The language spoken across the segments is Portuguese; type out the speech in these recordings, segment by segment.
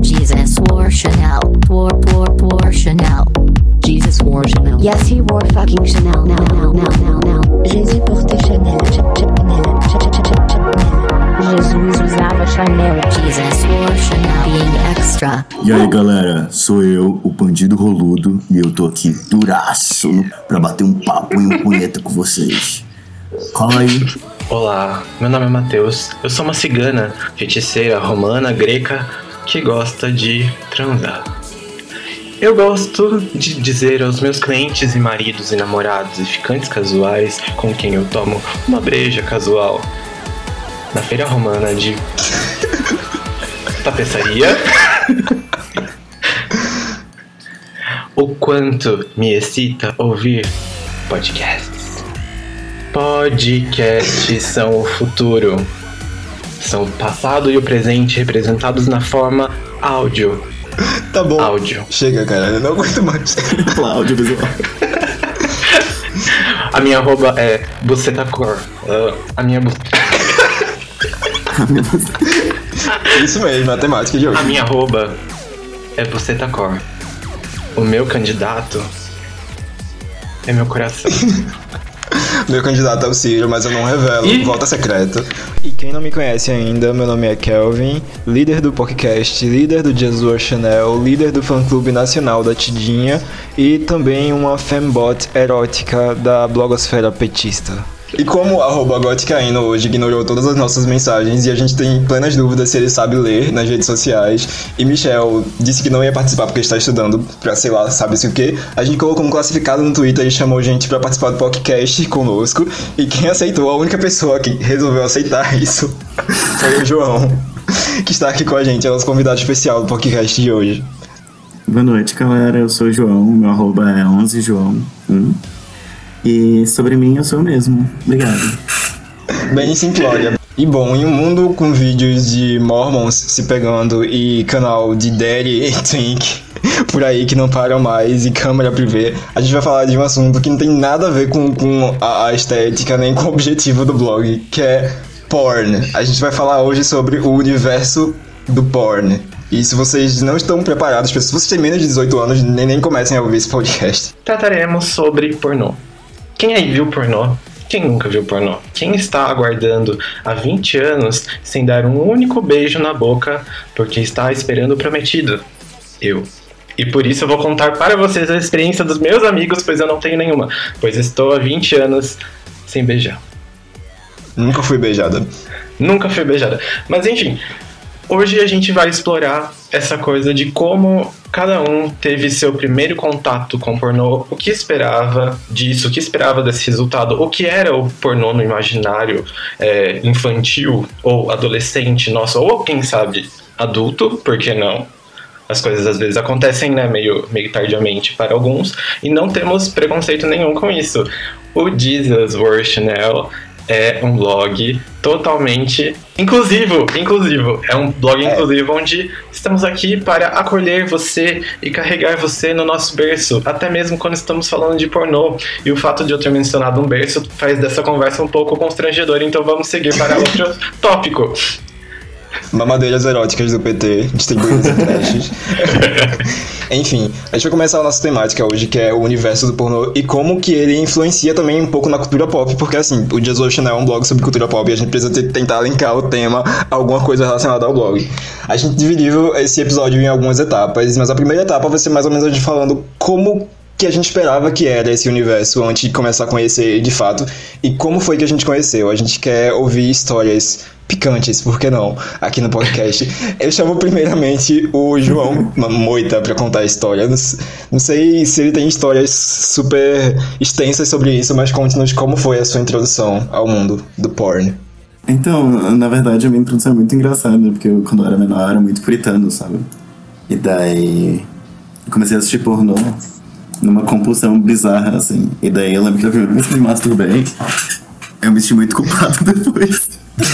Jesus wore Chanel. Wore Chanel. Jesus wore Chanel. Yes, he wore fucking Chanel. Now. Jésus portait Chanel. Jesus usava Chanel. Jesus wore Chanel. Being extra. E aí galera, sou eu, o Bandido Roludo, e eu tô aqui duraço pra bater um papo e um punheta com vocês. Cola aí. Olá, meu nome é Matheus, eu sou uma cigana, feiticeira, romana, greca, que gosta de transar. Eu gosto de dizer aos meus clientes e maridos e namorados e ficantes casuais com quem eu tomo uma breja casual na feira romana de tapeçaria o quanto me excita ouvir podcasts. Podcasts são o futuro. São o passado e o presente representados na forma áudio. Tá bom. Áudio. Chega, cara, eu não aguento mais. Áudio visual. A minha arroba é bucetacor. A minha Isso mesmo, matemática de hoje. A minha arroba é bucetacor. O meu candidato é meu coração. Meu candidato é o Ciro, mas eu não revelo. Volta secreta. E quem não me conhece ainda, meu nome é Kelvin, líder do podcast, líder do Jesus Chanel, líder do fã-clube nacional da Tidinha e também uma fembot erótica da blogosfera petista. E como o @goticaíno hoje ignorou todas as nossas mensagens e a gente tem plenas dúvidas se ele sabe ler nas redes sociais, e Michel disse que não ia participar porque está estudando pra, sei lá, sabe-se o que, a gente colocou um classificado no Twitter e chamou gente pra participar do podcast conosco, e quem aceitou, a única pessoa que resolveu aceitar isso foi o João, que está aqui com a gente, é o nosso convidado especial do podcast de hoje. Boa noite, galera, eu sou o João, meu arroba é 11joão1. E sobre mim, eu sou o mesmo. Obrigado. Bem simplória. E bom, em um mundo com vídeos de Mormons se pegando e canal de Daddy e Twink por aí que não param mais e câmera privê, a gente vai falar de um assunto que não tem nada a ver com a estética nem com o objetivo do blog, que é porn. A gente vai falar hoje sobre o universo do porn. E se vocês não estão preparados, se vocês têm menos de 18 anos, nem comecem a ouvir esse podcast. Trataremos sobre pornô. Quem aí viu pornô? Quem nunca viu pornô? Quem está aguardando há 20 anos sem dar um único beijo na boca porque está esperando o prometido? Eu. E por isso eu vou contar para vocês a experiência dos meus amigos, pois eu não tenho nenhuma. Pois estou há 20 anos sem beijar. Nunca fui beijada. Nunca fui beijada. Mas enfim, hoje a gente vai explorar essa coisa de como cada um teve seu primeiro contato com pornô, o que esperava disso, o que esperava desse resultado, o que era o pornô no imaginário infantil ou adolescente nosso, ou quem sabe adulto, por que não? As coisas às vezes acontecem, né, meio tardiamente para alguns, e não temos preconceito nenhum com isso. O Jesus Wore Chanel é um blog totalmente inclusivo. É um blog inclusivo onde estamos aqui para acolher você e carregar você no nosso berço, até mesmo quando estamos falando de pornô. E o fato de eu ter mencionado um berço faz dessa conversa um pouco constrangedora, então vamos seguir para outro tópico. Mamadeiras eróticas do PT, distribuídas em creches. Enfim, a gente vai começar a nossa temática hoje, que é o universo do pornô e como que ele influencia também um pouco na cultura pop, porque assim, o Jesus Chanel é um blog sobre cultura pop e a gente precisa tentar linkar o tema a alguma coisa relacionada ao blog. A gente dividiu esse episódio em algumas etapas, mas a primeira etapa vai ser mais ou menos a gente falando como que a gente esperava que era esse universo antes de começar a conhecer de fato, e como foi que a gente conheceu. A gente quer ouvir histórias picantes, por que não, aqui no podcast. Eu chamo primeiramente o João Moita pra contar a história. Não sei se ele tem histórias super extensas sobre isso, mas conte-nos como foi a sua introdução ao mundo do porn. Então, na verdade, a minha introdução é muito engraçada, porque eu, quando eu era menor, era muito puritano, sabe? E daí eu comecei a assistir pornô numa compulsão bizarra, assim. E daí eu lembro que a primeira vez que eu me masturbei, eu me senti muito culpado depois.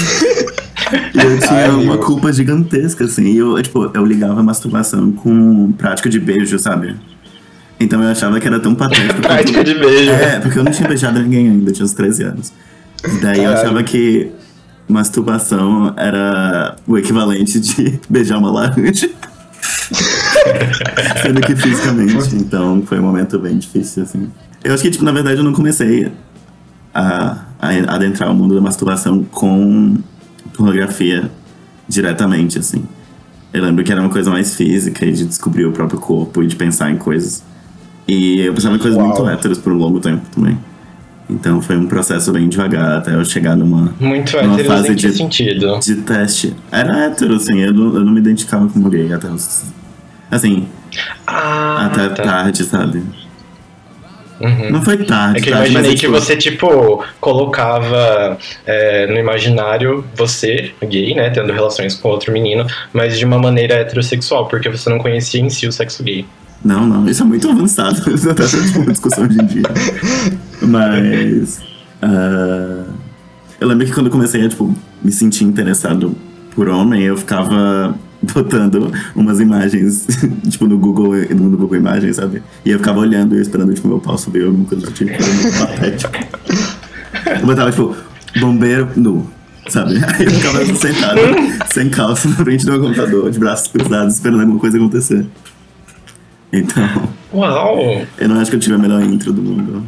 E eu tinha uma culpa gigantesca, assim. E eu ligava a masturbação com prática de beijo, sabe? Então eu achava que era tão patético. Prática de beijo. Porque eu não tinha beijado ninguém ainda, eu tinha uns 13 anos. E daí eu achava que masturbação era o equivalente de beijar uma laranja. Sendo que fisicamente. Então foi um momento bem difícil, assim. Eu acho que, tipo, na verdade eu não comecei a adentrar o mundo da masturbação com pornografia diretamente, assim. Eu lembro que era uma coisa mais física e de descobrir o próprio corpo e de pensar em coisas. E eu pensava em coisas muito héteros por um longo tempo também. Então foi um processo bem devagar até eu chegar numa Muito fase hétero em que sentido? de teste. Era hétero, assim, eu não me identificava como gay até os... Assim, até tarde, sabe? Uhum. Não foi tarde. É que eu tarde, imaginei mas, que tipo, você, tipo, colocava no imaginário você, gay, né, tendo relações com outro menino, mas de uma maneira heterossexual, porque você não conhecia em si o sexo gay. Não, isso é muito avançado. Isso até é uma discussão hoje em dia. Mas... eu lembro que quando eu comecei a, tipo, me sentir interessado por homem, eu ficava botando umas imagens, tipo, no Google Imagens, sabe? E eu ficava olhando e esperando, tipo, meu pau subir, alguma coisa do tipo, era muito patético. Eu botava, tipo, bombeiro nu, sabe? Aí eu ficava sentado, sem calça, na frente do meu computador, de braços cruzados, esperando alguma coisa acontecer. Então... Uau! Eu não acho que eu tive a melhor intro do mundo.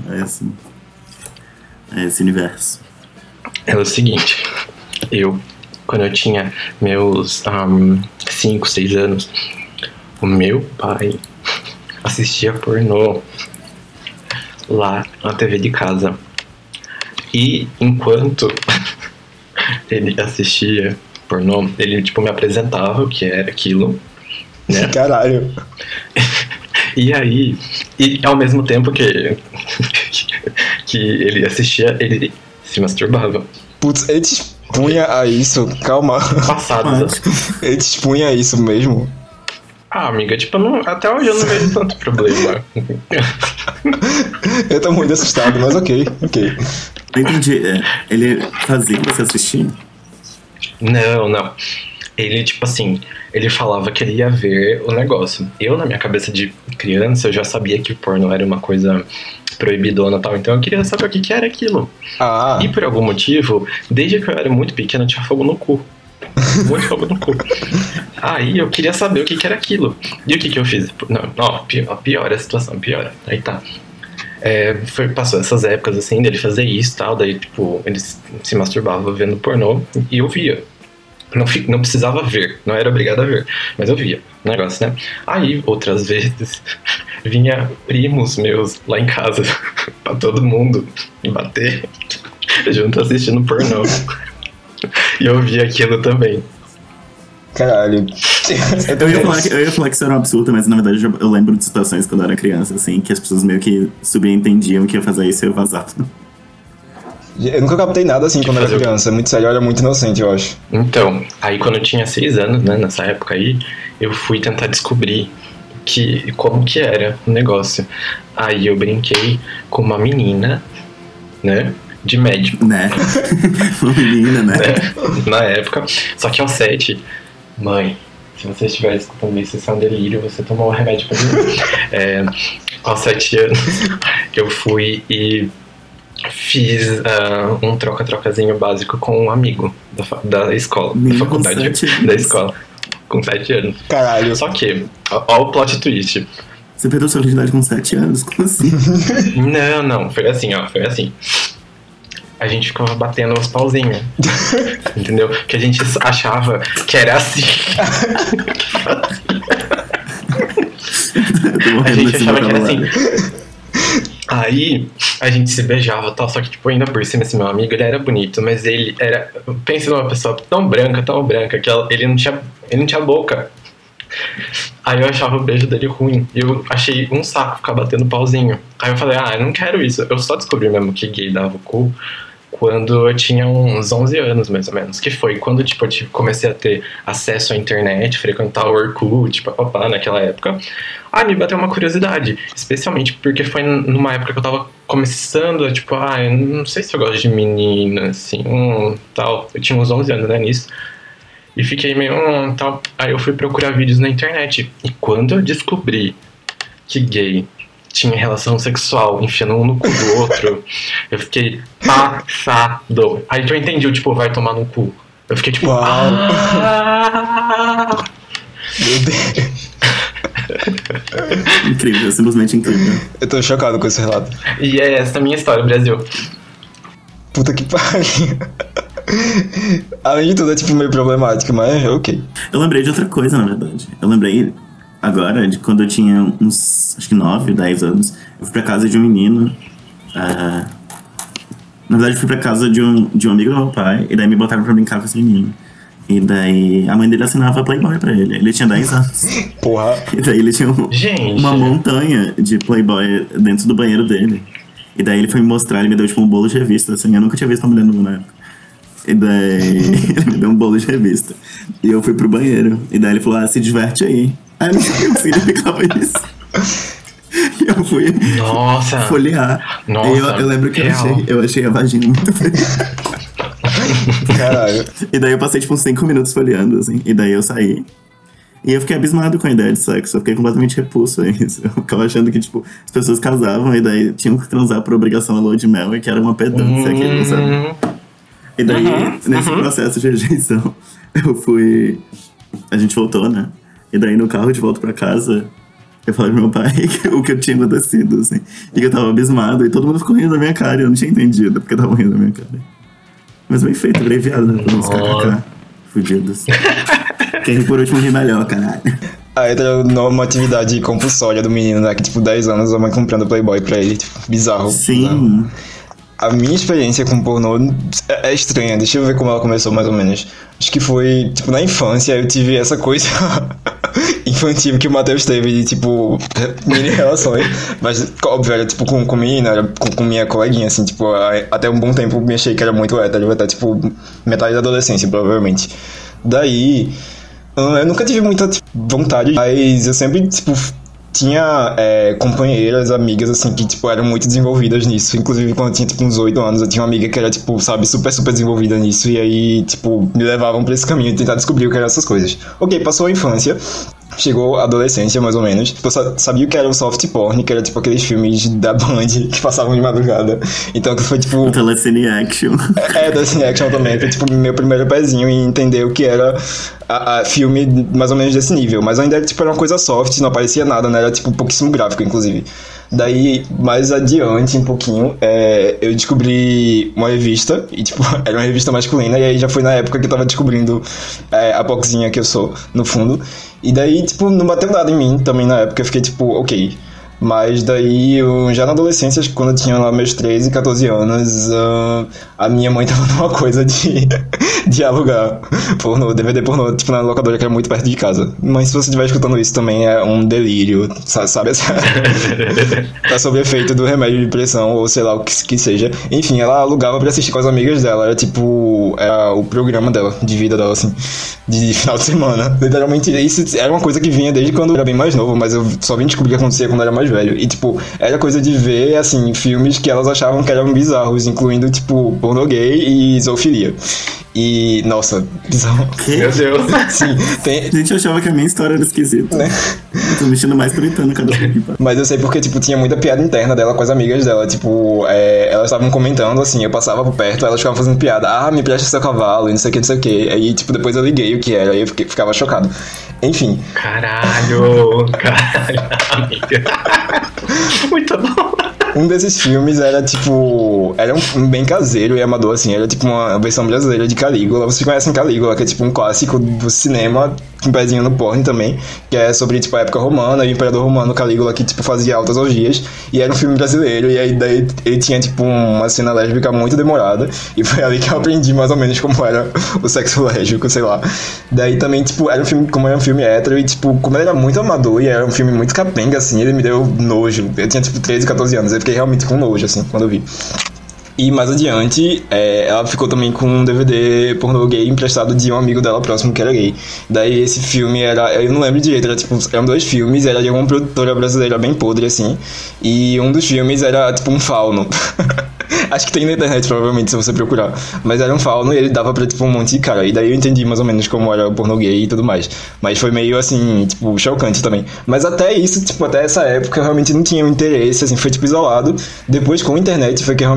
É esse universo. É o seguinte, quando eu tinha meus 5, 6 anos, o meu pai assistia pornô lá na TV de casa. E enquanto ele assistia pornô, ele, tipo, me apresentava o que era aquilo, né? Caralho. E aí, ao mesmo tempo que ele assistia, ele se masturbava. Putz, ele te expunha a isso? Calma. Passados. Ele te expunha a isso mesmo? Ah, amiga, tipo, até hoje eu não vejo tanto problema. Eu tô muito assustado, mas ok. Eu entendi. Ele fazia você assistir? Não. Ele, tipo assim, ele falava que ele ia ver o negócio. Eu, na minha cabeça de criança, eu já sabia que o porno era uma coisa proibidona e tal, então eu queria saber o que era aquilo. Ah. E por algum motivo, desde que eu era muito pequeno, eu tinha fogo no cu. Muito fogo no cu. Aí eu queria saber o que era aquilo. E o que eu fiz? Piora a situação, piora. Aí tá. Passou essas épocas assim, dele fazer isso e tal, daí, tipo, ele se masturbava vendo pornô e eu via. Não precisava ver, não era obrigado a ver, mas eu via o negócio, né? Aí, outras vezes, vinha primos meus lá em casa pra todo mundo me bater junto assistindo pornô. E eu via aquilo também. Caralho. Eu ia falar que isso era um absurdo, mas na verdade eu lembro de situações quando eu era criança, assim, que as pessoas meio que subentendiam que ia fazer isso e eu vazava. Eu nunca captei nada assim quando era criança. É muito sério, eu era muito inocente, eu acho. Então, aí quando eu tinha 6 anos, né, nessa época aí, eu fui tentar descobrir como que era o negócio. Aí eu brinquei com uma menina, né, de médico. Né? Uma menina, né? Na época. Só que aos 7, mãe, se você estiver escutando isso é um delírio, você tomou um remédio pra mim. Aos 7 anos, eu fui e fiz um troca-trocazinho básico com um amigo da escola, da faculdade, da escola, com 7 anos. Caralho. Só que, ó o plot twist. Você perdeu sua virgindade com 7 anos? Como assim? Não, foi assim. A gente ficava batendo os pauzinhos. Entendeu? Que a gente achava que era assim. A gente achava que era assim. Aí a gente se beijava e tal, só que, tipo, ainda por cima, esse meu amigo, ele era bonito, mas ele era... Pensa numa pessoa tão branca, que ele não tinha boca. Aí eu achava o beijo dele ruim. E eu achei um saco ficar batendo pauzinho. Aí eu falei, eu não quero isso. Eu só descobri mesmo que gay dava o cu quando eu tinha uns 11 anos, mais ou menos. Que foi quando, tipo, eu comecei a ter acesso à internet, frequentar o Orkut, papapá, naquela época. Aí me bateu uma curiosidade, especialmente porque foi numa época que eu tava começando, tipo, eu não sei se eu gosto de menina, assim, tal. Eu tinha uns 11 anos, né, nisso. E fiquei meio, tal. Aí eu fui procurar vídeos na internet. E quando eu descobri que gay tinha relação sexual, enfiando um no cu do outro, eu fiquei passado. Aí que eu entendi, tipo, vai tomar no cu. Eu fiquei tipo, Meu Deus. Incrível, simplesmente incrível. Eu tô chocado com esse relato. E é essa a minha história, Brasil. Puta que pariu. Além de tudo, é tipo meio problemático, mas ok. Eu lembrei de outra coisa, na verdade. Eu lembrei agora de quando eu tinha uns, acho que 9, 10 anos. Eu fui pra casa de um menino. Na verdade, eu fui pra casa de um amigo do meu pai. E daí me botaram pra brincar com esse menino. E daí a mãe dele assinava Playboy pra ele. Ele tinha 10 anos. Porra. E daí ele tinha Gente. uma montanha de Playboy dentro do banheiro dele. E daí ele foi me mostrar, ele me deu tipo um bolo de revista, assim. Eu nunca tinha visto uma mulher nua na época. E daí ele me deu um bolo de revista. E eu fui pro banheiro. E daí ele falou, se diverte aí. Aí eu não sabia o que significava isso. E eu fui Nossa. folhear. Nossa, E eu lembro que real. eu achei a vagina muito feia. Caralho. E daí eu passei tipo uns 5 minutos folheando, assim. E daí eu saí. E eu fiquei abismado com a ideia de sexo. Eu fiquei completamente repulso a isso. Eu ficava achando que, tipo, as pessoas casavam e daí tinham que transar por obrigação à lua de mel e que era uma pedância aquilo, sabe? E daí, nesse processo de rejeição, a gente voltou, né? E daí no carro de volta pra casa, eu falei pro meu pai o que eu tinha acontecido, assim. E que eu tava abismado e todo mundo ficou rindo da minha cara. E eu não tinha entendido porque tava rindo da minha cara. Mas bem feito, abreviado, né? Pra uns kkk. Fudidos. Quem ri por último ri melhor, caralho. A heteronormatividade compulsória do menino, né? Que, tipo, 10 anos a mãe comprando Playboy pra ele. Tipo, bizarro. Sim. Bizarro. A minha experiência com pornô é estranha. Deixa eu ver como ela começou, mais ou menos. Acho que foi, tipo, na infância eu tive essa coisa infantil que o Matheus teve de, tipo, mini relações. Mas, óbvio, era, tipo, com menina, era com minha coleguinha, assim, tipo, até um bom tempo me achei que era muito hétero, até, tipo, metade da adolescência, provavelmente. Daí, eu nunca tive muita, tipo, vontade, mas eu sempre, tipo, tinha companheiras, amigas, assim, que, tipo, eram muito desenvolvidas nisso. Inclusive, quando eu tinha, tipo, uns 8 anos, eu tinha uma amiga que era, tipo, sabe, super, super desenvolvida nisso. E aí, tipo, me levavam pra esse caminho de tentar descobrir o que eram essas coisas. Ok, passou a infância. Chegou a adolescência, mais ou menos. Eu sabia o que era o soft porn, que era, tipo, aqueles filmes da Band que passavam de madrugada. Então, que foi, tipo... Telecine Action. Telecine Action também. Foi, tipo, meu primeiro pezinho em entender o que era a filme mais ou menos desse nível. Mas ainda, tipo, era uma coisa soft, não aparecia nada, né? Era, tipo, pouquíssimo gráfico, inclusive. Daí, mais adiante, um pouquinho, eu descobri uma revista, e, tipo, era uma revista masculina, e aí já foi na época que eu tava descobrindo a poxinha que eu sou, no fundo. E daí, tipo, não bateu nada em mim também na época, eu fiquei, tipo, ok. Mas daí, já na adolescência, acho que quando eu tinha lá meus 13, 14 anos, a minha mãe tava numa coisa de alugar pornô, DVD pornô, tipo, na locadora que era muito perto de casa. Mas se você estiver escutando isso também é um delírio, sabe? Tá sob efeito do remédio de pressão, ou sei lá o que seja. Enfim, ela alugava pra assistir com as amigas dela, era tipo, era o programa dela, de vida dela, assim, de final de semana. Literalmente, isso era uma coisa que vinha desde quando eu era bem mais novo, mas eu só vim descobrir o que acontecia quando eu era mais velho. E, tipo, era coisa de ver, assim, filmes que elas achavam que eram bizarros, incluindo, tipo, pornô gay e zoofilia. E, nossa, bizarro. Meu Deus. Sim, tem... A gente achava que a minha história era esquisita. Né? Eu tô mexendo mais puritano cada vez. Mas eu sei porque, tipo, tinha muita piada interna dela com as amigas dela. Tipo, elas estavam comentando, assim, eu passava por perto, elas ficavam fazendo piada. Me presta seu cavalo, e não sei o que, não sei o que. Aí, tipo, depois eu liguei o que era, e eu ficava chocado. Enfim. Caralho, amiga. Muito bom. Um desses filmes era, tipo... Era um bem caseiro e amador, assim. Era, tipo, uma versão brasileira de Calígula. Vocês conhecem Calígula, que é, tipo, um clássico do cinema, com um pezinho no porn também. Que é sobre, tipo, a época romana. E o imperador romano Calígula, que, tipo, fazia altas orgias. E era um filme brasileiro. E aí, daí, ele tinha, tipo, uma cena lésbica muito demorada. E foi ali que eu aprendi, mais ou menos, como era o sexo lésbico, sei lá. Daí, também, tipo, era um filme... Como era um filme hétero. E, tipo, como ele era muito amador e era um filme muito capenga, assim, ele me deu nojo. Eu tinha, tipo, 13, 14 anos. Eu fiquei realmente com nojo, assim, quando eu vi. E mais adiante, ela ficou também com um DVD pornô gay emprestado de um amigo dela próximo que era gay. Daí esse filme era... Eu não lembro direito, era, tipo, eram 2 filmes, era de uma produtora brasileira bem podre, assim. E um dos filmes era, tipo, um fauno. Acho que tem na internet, provavelmente, se você procurar. Mas era um fauno e ele dava pra, tipo, um monte de cara. E daí eu entendi mais ou menos como era o pornô gay e tudo mais. Mas foi meio, assim, tipo, chocante também. Mas até isso, tipo, até essa época eu realmente não tinha um interesse, assim, foi, tipo, isolado. Depois, com a internet, foi que eu realmente comecei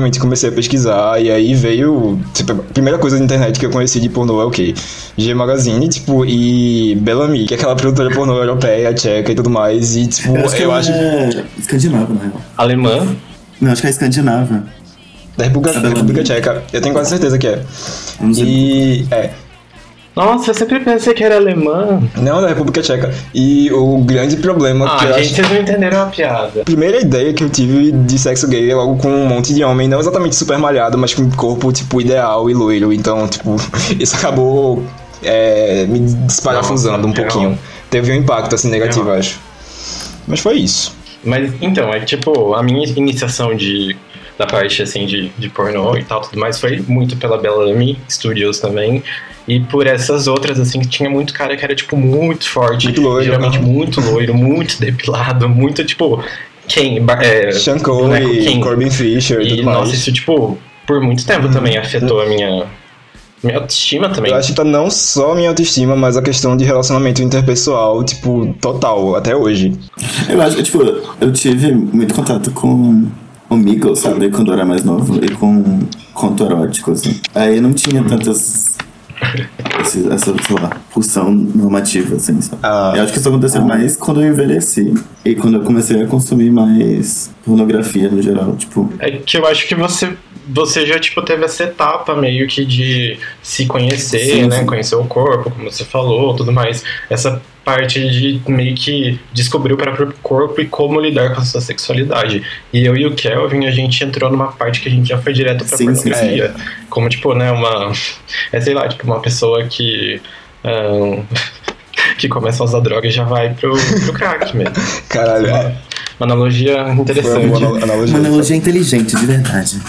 comecei a pesquisar, e aí veio, tipo, a primeira coisa da internet que eu conheci de pornô é o quê? G Magazine, tipo, e Bellamy, que é aquela produtora pornô europeia, tcheca e tudo mais, e tipo, eu acho que é escandinava, na real. Alemã? Não, acho que é escandinava. Da República Tcheca, eu tenho quase certeza que é. Não sei. E, Nossa, eu sempre pensei que era alemã. não, da República Tcheca. E o grande problema que eu Gente, vocês não entenderam a piada. A primeira ideia que eu tive de sexo gay é logo com um monte de homem, não exatamente super malhado, mas com corpo, tipo, ideal e loiro. Então, tipo, isso acabou me desparafusando um pouquinho. Teve um impacto, assim, negativo, acho. Mas foi isso. Mas, então, tipo, a minha iniciação da parte, assim, de pornô e tal, tudo mais, foi muito pela Bellamy Studios também. E por essas outras, assim, que tinha muito cara que era, tipo, muito forte. Muito loiro. Geralmente muito loiro, muito depilado, muito, tipo... Sean Connery, Corbin Fisher e tudo mais. Nossa, isso, tipo, por muito tempo também afetou a minha autoestima também. Eu acho que tá não só a minha autoestima, mas a questão de relacionamento interpessoal, tipo, total, até hoje. Eu acho que, tipo, eu tive muito contato com Omegle, sabe? Quando eu era mais novo. E com conto erótico, assim. Aí não tinha tantas... essa, sei lá, pulsão normativa, assim, sabe? Eu acho que isso aconteceu mais quando eu envelheci. E quando eu comecei a consumir mais pornografia no geral, tipo... É que eu acho que você já, tipo, teve essa etapa meio que de se conhecer, Sim, né? sim. Conhecer o corpo, como você falou, tudo mais. Essa parte de meio que descobrir o próprio corpo e como lidar com a sua sexualidade. E eu e o Kelvin, a gente entrou numa parte que a gente já foi direto pra Sim, sim, pornografia. Como, tipo, né, sei lá, tipo, uma pessoa que... que começa a usar droga e já vai pro crack mesmo. Caralho, Uma analogia interessante. Foi uma analogia. Uma analogia inteligente, de verdade.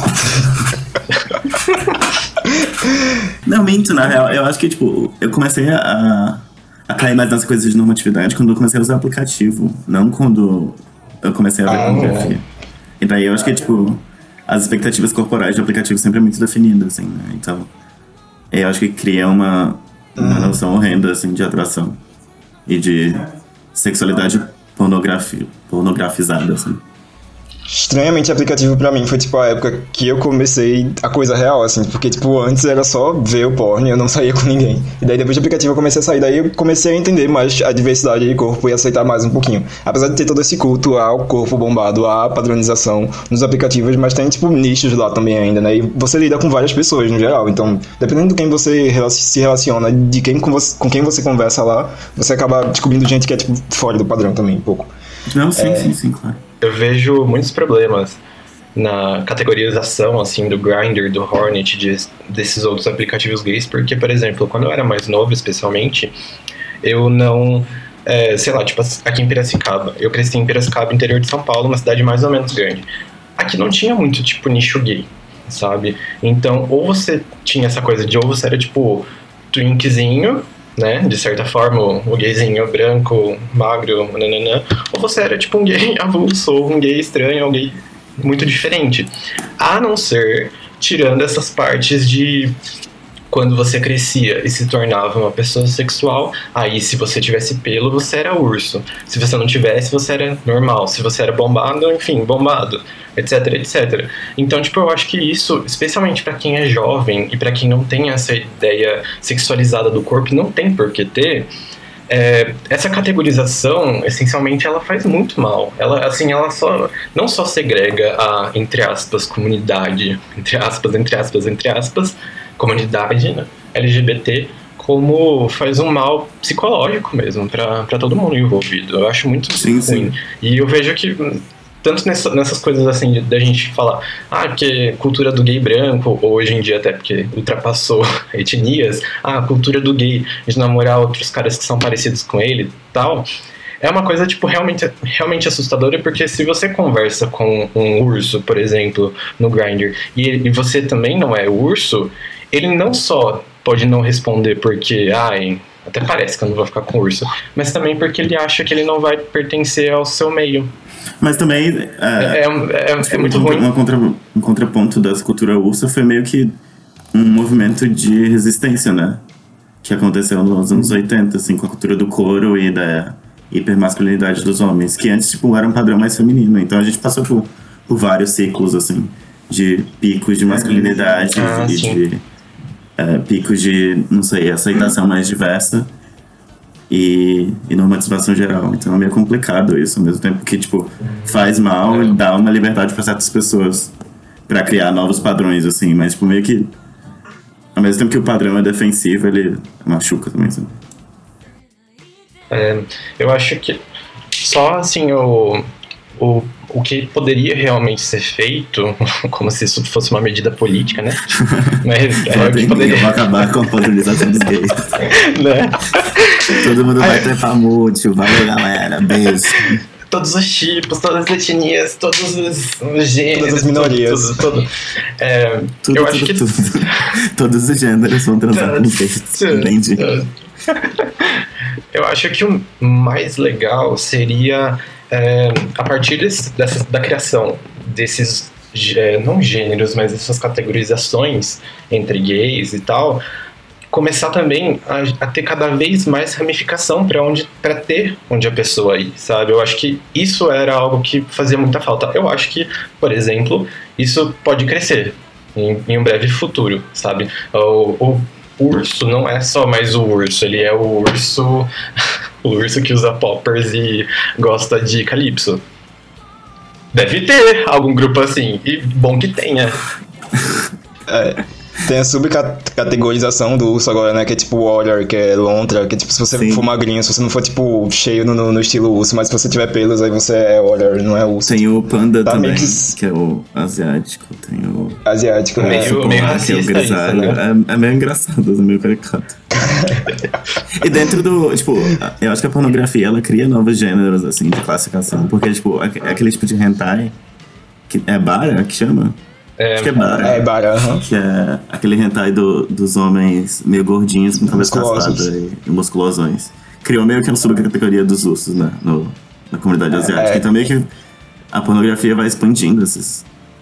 Não, minto, na real. Eu acho que, tipo, eu comecei a cair mais nas coisas de normatividade quando eu comecei a usar aplicativo. Não quando eu comecei a ver pornografia. E daí eu acho que, tipo, as expectativas corporais de aplicativo sempre é muito definidas, assim, né? Então, eu acho que cria uma noção horrenda, assim, de atração. E de sexualidade pornografizada, assim. Estranhamente aplicativo pra mim foi tipo a época que eu comecei a coisa real, assim, porque tipo antes era só ver o porno e eu não saía com ninguém. E daí depois do aplicativo eu comecei a sair, daí eu comecei a entender mais a diversidade de corpo e aceitar mais um pouquinho. Apesar de ter todo esse culto ao corpo bombado, à padronização nos aplicativos, mas tem tipo nichos lá também ainda, né? E você lida com várias pessoas no geral, então dependendo de quem você se relaciona, de com quem você conversa lá, você acaba descobrindo gente que é tipo fora do padrão também, um pouco. Não, sim, claro. Eu vejo muitos problemas na categorização, assim, do Grindr, do Hornet, desses outros aplicativos gays, porque, por exemplo, quando eu era mais novo, especialmente, eu não... sei lá, tipo, aqui em Piracicaba. Eu cresci em Piracicaba, interior de São Paulo, uma cidade mais ou menos grande. Aqui não tinha muito, tipo, nicho gay, sabe? Então, ou você tinha essa coisa de ou você era, tipo, twinkzinho, né, de certa forma, o gayzinho branco, magro, nananã, ou você era tipo um gay avulso, ou um gay estranho, um gay muito diferente. A não ser, tirando essas partes de quando você crescia e se tornava uma pessoa sexual, aí se você tivesse pelo, você era urso. Se você não tivesse, você era normal. Se você era bombado, enfim, bombado, etc, etc. Então, tipo, eu acho que isso, especialmente pra quem é jovem e pra quem não tem essa ideia sexualizada do corpo, não tem por que ter, essa categorização, essencialmente, ela faz muito mal. Ela não só segrega a, entre aspas, comunidade, entre aspas, comunidade, né, LGBT, como faz um mal psicológico mesmo pra todo mundo envolvido. Eu acho muito ruim. E eu vejo que tanto nessas coisas assim da gente falar, porque cultura do gay branco, ou hoje em dia até porque ultrapassou etnias, a cultura do gay de namorar outros caras que são parecidos com ele e tal, é uma coisa, tipo, realmente assustadora, porque se você conversa com um urso, por exemplo, no Grindr, e você também não é urso, ele não só pode não responder porque, até parece que eu não vou ficar com urso, mas também porque ele acha que ele não vai pertencer ao seu meio. Mas também é muito ruim. Um contraponto da cultura ursa foi meio que um movimento de resistência, né? Que aconteceu nos anos 80, assim, com a cultura do couro e da hipermasculinidade dos homens, que antes, tipo, era um padrão mais feminino. Então a gente passou por vários ciclos, assim. de picos de masculinidade e sim. de picos de, não sei, aceitação mais diversa e normatização geral. Então é meio complicado isso, ao mesmo tempo que, tipo, faz mal e dá uma liberdade para certas pessoas para criar novos padrões, assim, mas, tipo, meio que ao mesmo tempo que o padrão é defensivo, ele machuca também, sabe? Eu acho que só, assim, o que poderia realmente ser feito, como se isso fosse uma medida política, né? Mas o que poderia... Eu vou acabar com a padronização dos gays. né? Todo mundo vai trepar mútil, valeu, galera, beijo. Todos os tipos, todas as etnias, todos os gêneros, Todas as minorias. tudo. Eu acho que Todos os gêneros vão transar com gays, entendi. Eu acho que o mais legal seria a partir da criação desses, não gêneros, mas essas categorizações entre gays e tal, começar também a ter cada vez mais ramificação para ter onde a pessoa ir, sabe? Eu acho que isso era algo que fazia muita falta. Eu acho que, por exemplo, isso pode crescer em um breve futuro, sabe? O urso não é só mais o urso, ele é o urso que usa poppers e gosta de calypso. Deve ter algum grupo assim, e bom que tenha. Tem a subcategorização do urso agora, né? Que é tipo Warrior, que é Lontra, que é tipo, se você for magrinho, se você não for tipo cheio no estilo urso, mas se você tiver pelos, aí você é Warrior, não é urso. Tem o panda também, que... que é o asiático. Tem o... Asiático, né? Meio racista que é o grisalho. isso, né? É meio engraçado, é meio caricato. E dentro do... Tipo, eu acho que a pornografia, ela cria novos gêneros, assim, de classificação. Porque, tipo, aquele tipo de hentai... Que é bara que chama? Acho que é bara. É bara, Que é aquele hentai dos homens meio gordinhos com cabeça Musculosos. raspada e musculosões. Criou meio que uma subcategoria dos ursos, né? Na comunidade asiática. Então meio que a pornografia vai expandindo essas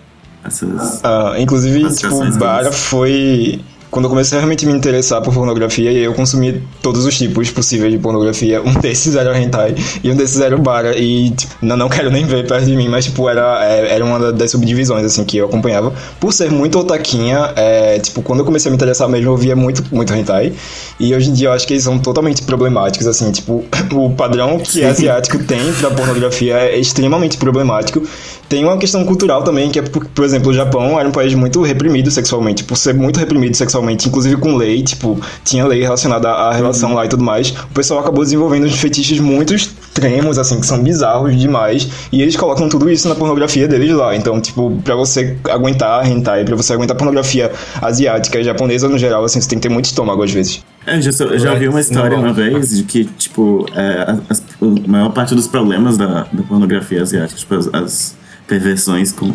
inclusive, tipo, classificações bara deles. foi... Quando eu comecei a realmente me interessar por pornografia, eu consumi todos os tipos possíveis de pornografia. Um desses era o hentai e um desses era o bara. E tipo, não quero nem ver perto de mim, mas tipo, era uma das subdivisões assim, que eu acompanhava. Por ser muito otaquinha, tipo, quando eu comecei a me interessar mesmo, eu via muito hentai. E hoje em dia eu acho que eles são totalmente problemáticos, assim, tipo, o padrão que asiático tem pra pornografia é extremamente problemático. Tem uma questão cultural também, que é, por exemplo, o Japão era um país muito reprimido sexualmente. Por ser muito reprimido sexualmente, inclusive com lei, tipo, tinha lei relacionada à relação lá e tudo mais, o pessoal acabou desenvolvendo uns fetiches muito extremos, assim, que são bizarros demais, e eles colocam tudo isso na pornografia deles lá. Então, tipo, pra você aguentar hentai, pra você aguentar pornografia asiática e japonesa no geral, assim, você tem que ter muito estômago às vezes. Eu já ouvi uma história uma vez de que, tipo, a maior parte dos problemas da pornografia asiática, tipo, as perversões com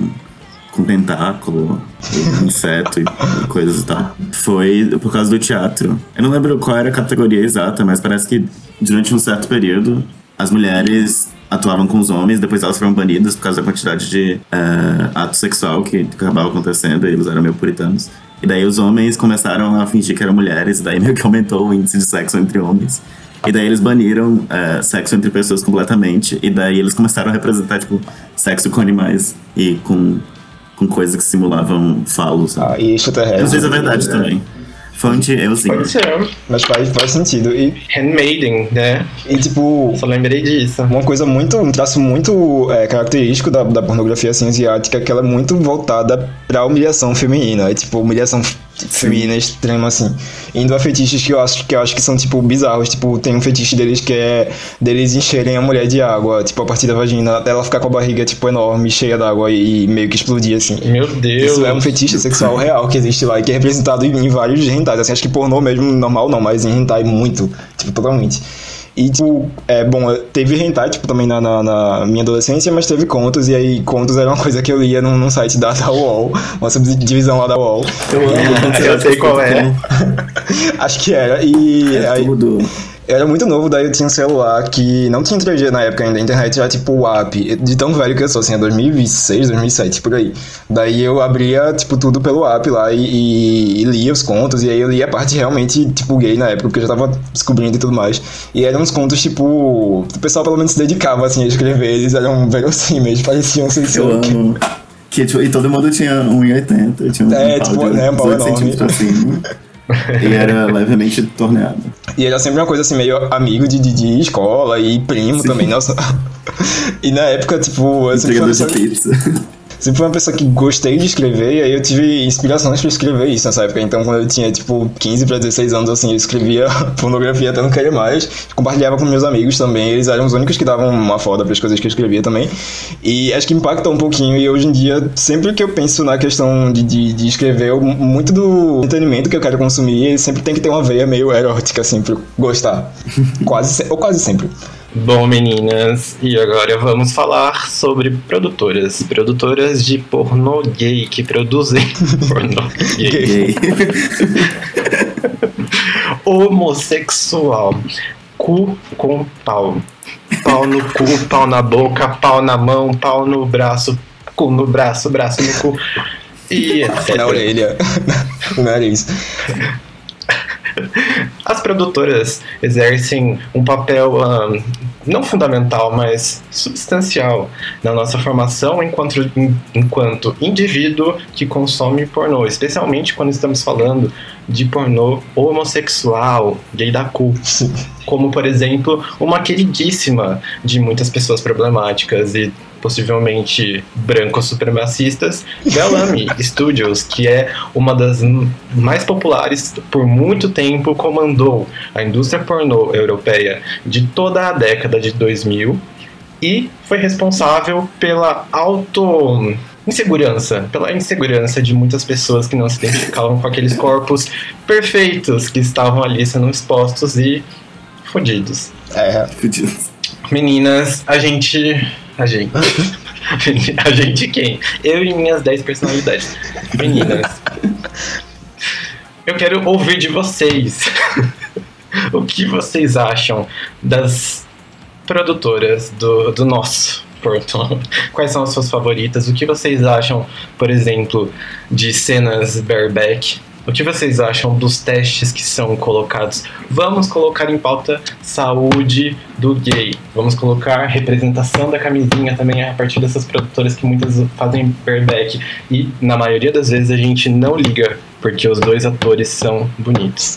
tentáculo, inseto e coisas e tal, foi por causa do teatro. Eu não lembro qual era a categoria exata, mas parece que durante um certo período as mulheres atuavam com os homens, depois elas foram banidas por causa da quantidade de ato sexual que acabava acontecendo, e eles eram meio puritanos. E daí os homens começaram a fingir que eram mulheres, e daí meio que aumentou o índice de sexo entre homens. E daí eles baniram sexo entre pessoas completamente, e daí eles começaram a representar, tipo, sexo com animais e com coisas que simulavam falos. E extraterrestre. Eu não sei se é verdade também. Fonte, eu sim. Pode ser. Mas faz sentido. Handmaiden, né? E tipo... Só lembrei disso. Um traço muito característico da pornografia assim, asiática, é que ela é muito voltada pra humilhação feminina. É tipo, humilhação feminina extrema, assim. Indo a fetiches que eu acho que são, tipo, bizarros. Tipo, tem um fetiche deles que é deles encherem a mulher de água, tipo, a partir da vagina, até ela ficar com a barriga, tipo, enorme, cheia d'água e meio que explodir, assim. Meu Deus. Isso é um fetiche sexual real que existe lá e que é representado em vários hentais. Assim, acho que pornô mesmo, normal não, mas em hentai muito. Tipo, totalmente. E, tipo, teve hentai, tipo, também na minha adolescência, mas teve contos, e aí contos era uma coisa que eu lia num site da UOL, uma subdivisão lá da UOL. Eu sei qual é. Acho que era, e aí... Tudo. Eu era muito novo, daí eu tinha um celular que não tinha 3G na época ainda, a internet já tipo o app, de tão velho que eu sou, assim, é 2006, 2007, por aí. Daí eu abria, tipo, tudo pelo app lá e lia os contos, e aí eu lia a parte realmente, tipo, gay na época, porque eu já tava descobrindo e tudo mais. E eram uns contos, tipo, o pessoal pelo menos se dedicava, assim, a escrever, eles eram verossímeis, pareciam Eu Que, tipo, e todo mundo tinha 1,80, tinha um tipo, pau de né, um pau 18 enorme. centímetros assim. E era levemente torneado. E era sempre uma coisa assim, meio amigo de escola e primo também, nossa. E na época, tipo, eu sempre fui uma Entregador de pessoa, pizza. sempre fui uma pessoa que gostei de escrever, e aí eu tive inspirações pra escrever isso nessa época. Então, quando eu tinha, tipo, 15 pra 16 anos, assim, eu escrevia pornografia até não querer mais. Compartilhava com meus amigos também, eles eram os únicos que davam uma foda pras coisas que eu escrevia também. E acho que impactou um pouquinho, e hoje em dia, sempre que eu penso na questão de escrever, muito do entretenimento que eu quero consumir, sempre tem que ter uma veia meio erótica, assim, pra eu gostar. Quase sempre. Bom, meninas, e agora vamos falar sobre produtoras. Produtoras de pornô gay que produzem pornô gay. Gay. Homossexual. Cu com pau. Pau no cu, pau na boca, pau na mão, pau no braço, cu no braço, braço no cu. E etc. Na orelha, no nariz. As produtoras exercem um papel não fundamental, mas substancial na nossa formação enquanto indivíduo que consome pornô, especialmente quando estamos falando de pornô homossexual, gay da cu. Sim. Como, por exemplo, uma queridíssima de muitas pessoas problemáticas e possivelmente brancos supremacistas, Bellamy Studios, que é uma das mais populares, por muito tempo comandou a indústria pornô europeia de toda a década de 2000 e foi responsável pela pela insegurança de muitas pessoas que não se identificavam com aqueles corpos perfeitos que estavam ali sendo expostos e fodidos. Fudido. Meninas, a gente quem? Eu e minhas 10 personalidades. Meninas, eu quero ouvir de vocês. O que vocês acham das produtoras do nosso pornô? Quais são as suas favoritas? O que vocês acham, por exemplo, de cenas bareback? O que vocês acham dos testes que são colocados? Vamos colocar em pauta saúde do gay. Vamos colocar representação da camisinha também a partir dessas produtoras que muitas fazem bareback. E na maioria das vezes a gente não liga, porque os dois atores são bonitos.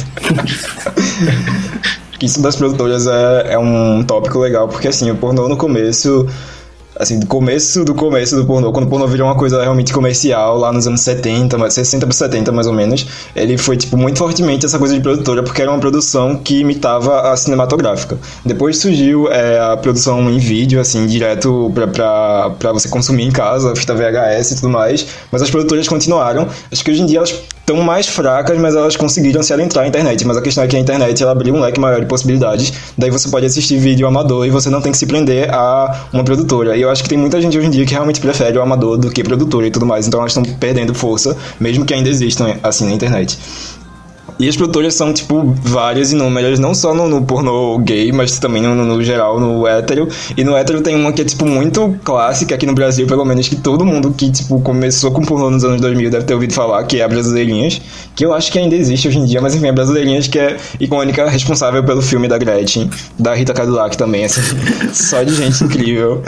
Isso das produtoras é um tópico legal, porque assim, o pornô no começo... Assim, do começo do pornô, quando o pornô virou uma coisa realmente comercial, lá nos anos 70, 60 para 70 mais ou menos, ele foi, tipo, muito fortemente essa coisa de produtora, porque era uma produção que imitava a cinematográfica. Depois surgiu a produção em vídeo, assim, direto pra você consumir em casa, fita VHS e tudo mais, mas as produtoras continuaram. Acho que hoje em dia elas estão mais fracas, mas elas conseguiram se adentrar na internet. Mas a questão é que a internet, ela abriu um leque maior de possibilidades, daí você pode assistir vídeo amador e você não tem que se prender a uma produtora. E eu acho que tem muita gente hoje em dia que realmente prefere o amador do que produtora e tudo mais, então elas estão perdendo força, mesmo que ainda existam assim na internet. E as produtoras são, tipo, várias inúmeras, não só no pornô gay, mas também no geral, no hétero. E no hétero tem uma que é, tipo, muito clássica aqui no Brasil, pelo menos, que todo mundo que, tipo, começou com pornô nos anos 2000 deve ter ouvido falar, que é a Brasileirinhas, que eu acho que ainda existe hoje em dia, mas enfim, a Brasileirinhas, que é icônica, responsável pelo filme da Gretchen, da Rita Cadillac também, assim, só de gente incrível.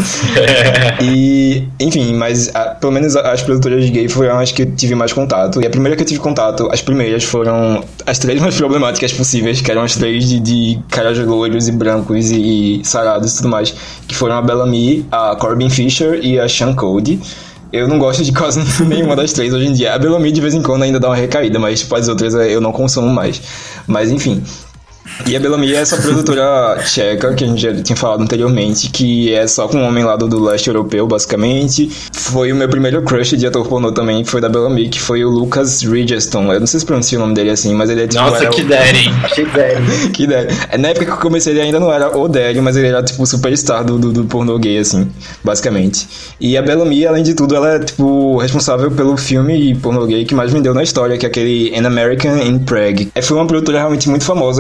E, enfim, mas pelo menos as produtoras gay foram as que eu tive mais contato. E a primeira que eu tive contato, as primeiras foram as 3 mais problemáticas possíveis, que eram as 3 de caras loiros e brancos e sarados e tudo mais, que foram a Bellamy, a Corbin Fisher e a Sean Cody. Eu não gosto de quase nenhuma das 3 hoje em dia. A Bellamy de vez em quando ainda dá uma recaída, mas tipo, as outras eu não consumo mais. Mas enfim. E a Bellamy é essa produtora tcheca, que a gente já tinha falado anteriormente, que é só com um homem lá do leste europeu, basicamente. Foi o meu primeiro crush de ator pornô também, foi da Bellamy, que foi o Lucas Ridgeston. Eu não sei se pronuncia o nome dele assim, mas ele é tipo... Nossa, que daddy! Que daddy! Que daddy. Na época que eu comecei ele ainda não era o daddy, mas ele era tipo o superstar do pornô gay, assim, basicamente. E a Bellamy, além de tudo, ela é tipo responsável pelo filme pornô gay que mais vendeu na história, que é aquele An American in Prague. Foi uma produtora realmente muito famosa e tipo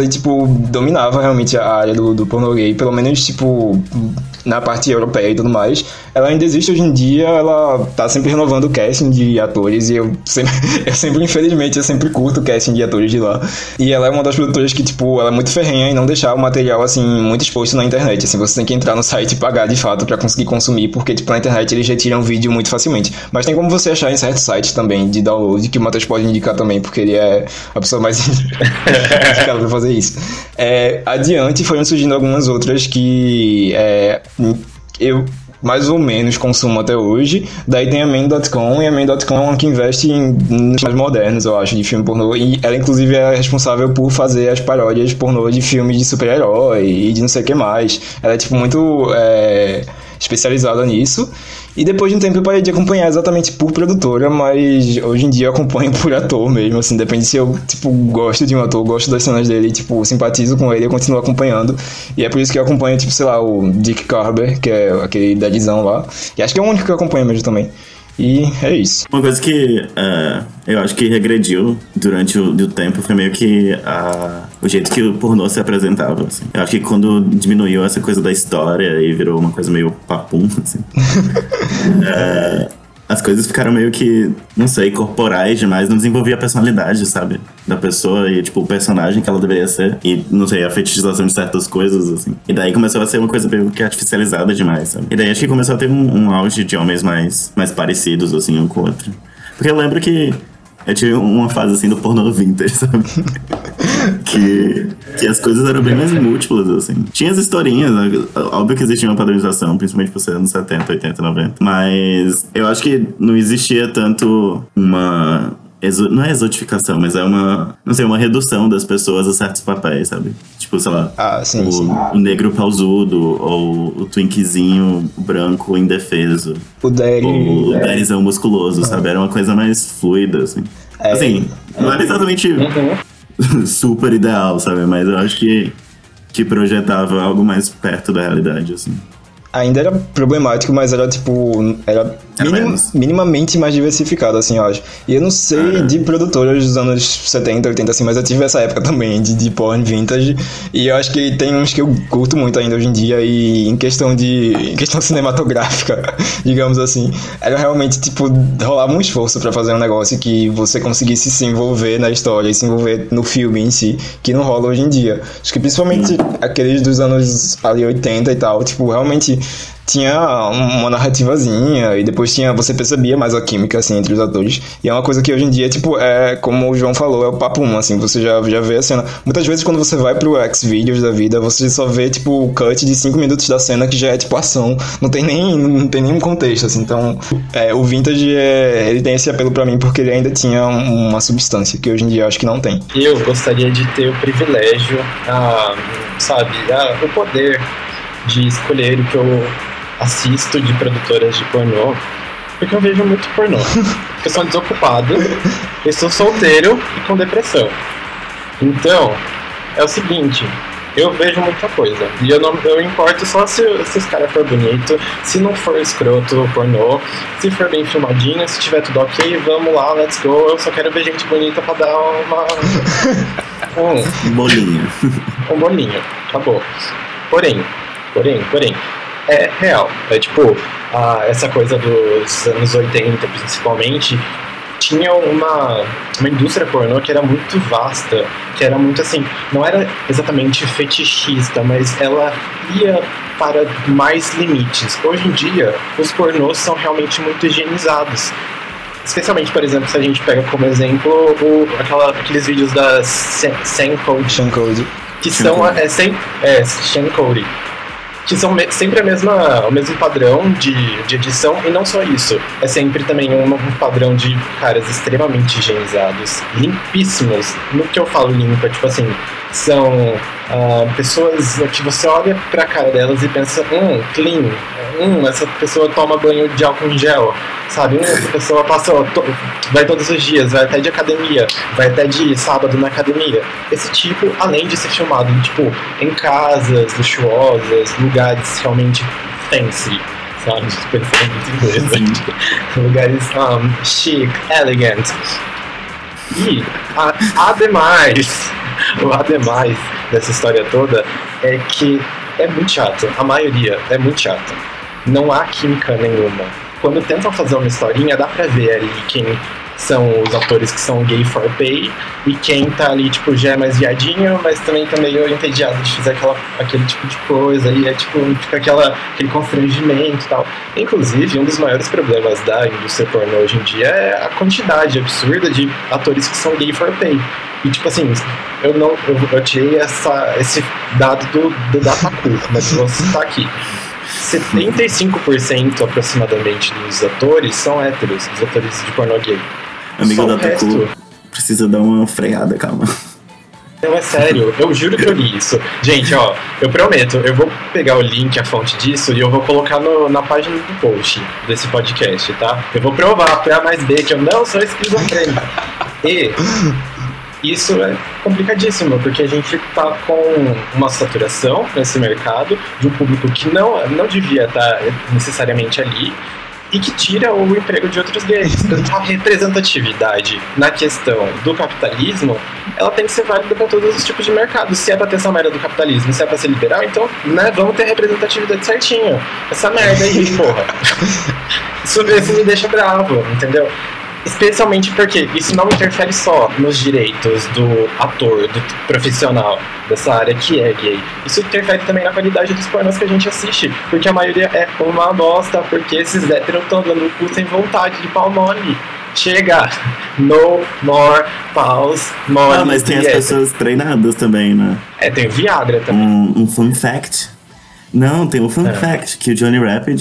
tipo, dominava realmente a área do pornô gay, pelo menos, tipo, na parte europeia e tudo mais. Ela ainda existe hoje em dia, ela tá sempre renovando o casting de atores, e eu sempre, infelizmente, eu sempre curto o casting de atores de lá. E ela é uma das produtoras que, tipo, ela é muito ferrenha em não deixar o material, assim, muito exposto na internet. Assim, você tem que entrar no site e pagar, de fato, pra conseguir consumir, porque, tipo, na internet eles retiram o vídeo muito facilmente. Mas tem como você achar em certos sites também, de download, que o Matheus pode indicar também, porque ele é a pessoa mais indicada pra fazer isso. Adiante foram surgindo algumas outras que eu mais ou menos consumo até hoje. Daí tem a Main.com, e a Main.com é uma que investe em mais modernos, eu acho, de filme pornô, e ela inclusive é responsável por fazer as paródias pornô de filmes de super-herói e de não sei o que mais. Ela é tipo muito especializada nisso. E depois de um tempo eu parei de acompanhar exatamente por produtora, mas hoje em dia eu acompanho por ator mesmo, assim, depende se eu, tipo, gosto de um ator, gosto das cenas dele, tipo, simpatizo com ele, eu continuo acompanhando. E é por isso que eu acompanho, tipo, sei lá, o Dick Carver, que é aquele dadizão lá. E acho que é o único que eu acompanho mesmo também. E é isso. Uma coisa que eu acho que regrediu durante o tempo foi meio que o jeito que o pornô se apresentava, assim. Eu acho que quando diminuiu essa coisa da história e virou uma coisa meio papum, assim, as coisas ficaram meio que, não sei, corporais demais, não desenvolvia a personalidade, sabe, da pessoa e, tipo, o personagem que ela deveria ser. E, não sei, a fetichização de certas coisas, assim. E daí começou a ser uma coisa meio que artificializada demais, sabe. E daí acho que começou a ter um auge de homens mais parecidos, assim, um com o outro. Porque eu lembro que eu tive uma fase, assim, do pornô vintage, sabe? que as coisas eram bem mais múltiplas, assim. Tinha as historinhas, né? Óbvio que existia uma padronização, principalmente por ser anos 70, 80, 90. Mas eu acho que não existia tanto uma... não é exotificação, mas é uma... não sei, uma redução das pessoas a certos papéis, sabe? Tipo, sei lá, sim. O negro pausudo, ou o twinkzinho branco indefeso. O daddyzão musculoso, sabe? Era uma coisa mais fluida, assim. Assim, não era exatamente... super ideal, sabe? Mas eu acho que projetava algo mais perto da realidade, assim. Ainda era problemático, mas era tipo... Era minimamente mais diversificado, assim, eu acho. E eu não sei de produtoras dos anos 70, 80, assim, mas eu tive essa época também de porn vintage. E eu acho que tem uns que eu curto muito ainda hoje em dia. E em questão cinematográfica, digamos assim, era realmente, tipo, rolava um esforço pra fazer um negócio que você conseguisse se envolver na história e se envolver no filme em si, que não rola hoje em dia. Acho que principalmente aqueles dos anos ali 80 e tal, tipo, realmente tinha uma narrativazinha e depois você percebia mais a química, assim, entre os atores. E é uma coisa que hoje em dia, tipo, como o João falou, é o papo 1, assim, você já vê a cena. Muitas vezes quando você vai pro Xvideos da vida, você só vê, tipo, o cut de 5 minutos da cena que já é, tipo, ação. Não tem nenhum contexto, assim. Então, o vintage, ele tem esse apelo pra mim porque ele ainda tinha uma substância que hoje em dia eu acho que não tem. Eu gostaria de ter o privilégio, o poder de escolher o que eu assisto de produtoras de pornô, porque eu vejo muito pornô. Eu sou desocupado, eu sou solteiro e com depressão. Então, é o seguinte, eu vejo muita coisa. E eu importo só se os caras for bonito, se não for escroto o pornô, se for bem filmadinho, se tiver tudo ok, vamos lá, let's go. Eu só quero ver gente bonita pra dar um bolinho. Um bolinho, acabou. Porém, é real. É tipo, essa coisa dos anos 80, principalmente, tinha uma indústria pornô que era muito vasta, que era muito assim, não era exatamente fetichista, mas ela ia para mais limites. Hoje em dia, os pornôs são realmente muito higienizados. Especialmente, por exemplo, se a gente pega como exemplo aqueles vídeos da Sencode, que são Sencode, que são sempre o mesmo padrão de edição, e não só isso, é sempre também um padrão de caras extremamente higienizados, limpíssimos. No que eu falo limpa, tipo assim, são pessoas que você olha pra cara delas e pensa, clean, essa pessoa toma banho de álcool em gel, sabe? Essa pessoa vai todos os dias, vai até de academia, vai até de sábado na academia. Esse tipo, além de ser filmado, tipo, em casas luxuosas, lugares realmente fancy, sabe? Pensando muito inglês, lugares chic, elegant. E, ademais, O ademais dessa história toda é que é muito chato. A maioria é muito chata. Não há química nenhuma. Quando tentam fazer uma historinha, dá pra ver ali quem são os atores que são gay for pay e quem tá ali, tipo, já é mais viadinho, mas também tá meio entediado de fazer aquele tipo de coisa, e é tipo, fica aquele constrangimento e tal. Inclusive, um dos maiores problemas da indústria pornô hoje em dia é a quantidade absurda de atores que são gay for pay. E tipo assim, eu tirei esse dado do Dataku, mas vou citar aqui. 75% aproximadamente dos atores são héteros, os atores de pornô gay. Amigo Só da o resto... Taku, precisa dar uma freada, calma. Não, é sério, eu juro que eu li isso. Gente, ó, eu prometo, eu vou pegar o link, a fonte disso, e eu vou colocar na página do post desse podcast, tá? Eu vou provar pra mais B que eu não sou esquizofrênico. E isso é complicadíssimo, porque a gente tá com uma saturação nesse mercado de um público que não devia estar necessariamente ali, e que tira o emprego de outros gays. A representatividade na questão do capitalismo, ela tem que ser válida para todos os tipos de mercado. Se é pra ter essa merda do capitalismo, se é pra ser liberal, então, né, vamos ter representatividade certinho. Essa merda aí, porra. Isso me deixa bravo, entendeu? Especialmente porque isso não interfere só nos direitos do ator, do profissional dessa área que é gay. Isso interfere também na qualidade dos pornôs que a gente assiste, porque a maioria é uma bosta, porque esses héteros estão dando cu sem vontade de pau mole. Chega! No more paus mole. Ah, mas tem as pessoas treinadas também, né? É, tem o Viagra também. Um fun fact. Não, tem um fun fact, que o Johnny Rapid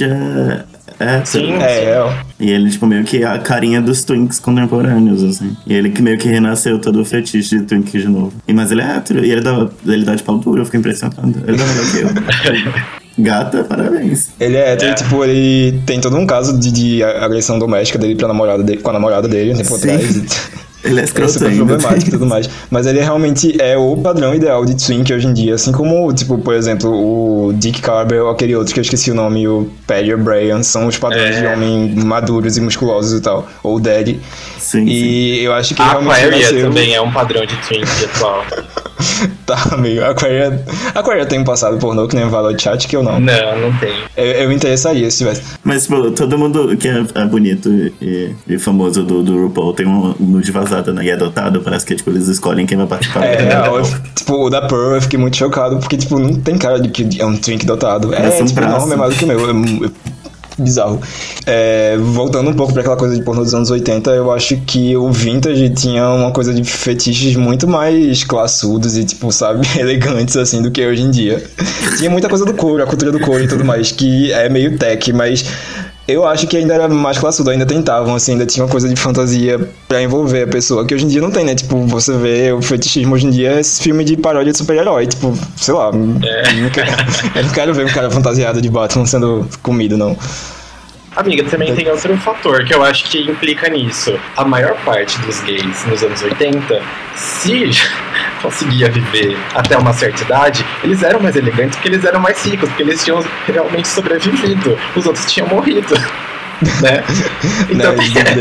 é Sim, E ele, tipo, meio que é a carinha dos twinks contemporâneos, assim. E ele que meio que renasceu todo o fetiche de twink de novo. Mas ele é hétero, e ele dá de pau duro, eu fico impressionado. Ele dá melhor que eu. Gata, parabéns. Ele é hétero, tipo, ele tem todo um caso de agressão doméstica dele com a namorada dele, um tempo atrás. Ele é É escroto super ainda. problemático e tudo mais. Mas ele realmente é o padrão ideal de twink hoje em dia. Assim como, tipo, por exemplo, o Dick Carver ou aquele outro que eu esqueci o nome, o Paddy O'Brien, são os padrões de homem maduros e musculosos e tal. Ou Daddy. Sim, E eu acho que A realmente Aquaria nasceu... também é um padrão de twink atual. Tá, amigo. Aquaria tem um passado pornô que nem o Valor Chat que eu não. Não tem. Eu me interessaria se tivesse. Mas, tipo, todo mundo que é bonito e famoso do RuPaul tem um nude vazado, né? E é adotado, parece que, tipo, eles escolhem quem vai participar. Tipo, o da Pearl eu fiquei muito chocado, porque, tipo, não tem cara de que é um twink dotado. Parece um tipo, braço. enorme, é mais do que o meu. Bizarro. Voltando um pouco pra aquela coisa de pornô dos anos 80, eu acho que o vintage tinha uma coisa de fetiches muito mais classudos e, tipo, sabe, elegantes, assim, do que hoje em dia. Tinha muita coisa do couro, a cultura do couro e tudo mais, que é meio tech, mas eu acho que ainda era mais classudo, ainda tentavam, assim, ainda tinha uma coisa de fantasia pra envolver a pessoa, que hoje em dia não tem, né? Tipo, você vê o fetichismo hoje em dia é esse filme de paródia de super-herói, tipo, sei lá, eu não quero ver um cara fantasiado de Batman sendo comido, não. Amiga, também tem outro fator que eu acho que implica nisso. A maior parte dos gays nos anos 80, se conseguia viver até uma certa idade, eles eram mais elegantes porque eles eram mais ricos, porque eles tinham realmente sobrevivido. Os outros tinham morrido. Né? Então,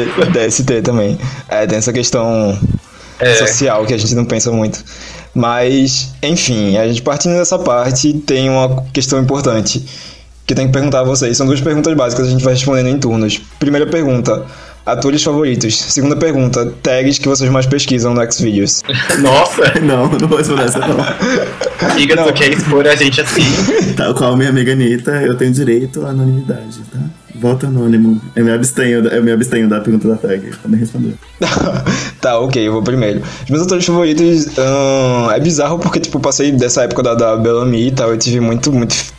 DST também. Tem essa questão social que a gente não pensa muito. Mas, enfim, a gente partindo dessa parte, tem uma questão importante que tem que perguntar a vocês. São duas perguntas básicas, a gente vai respondendo em turnos. Primeira pergunta, atores favoritos. Segunda pergunta, tags que vocês mais pesquisam no Xvideos. Nossa! Não vou responder essa, não. Amiga, tu quer expor a gente assim? Tal qual minha amiga Anitta, eu tenho direito à anonimidade, tá? Voto anônimo. Eu me abstenho da pergunta da tag, pra me responder. Tá, ok, eu vou primeiro. Os meus atores favoritos é bizarro porque, tipo, passei dessa época da Bellamy e tal, eu tive muito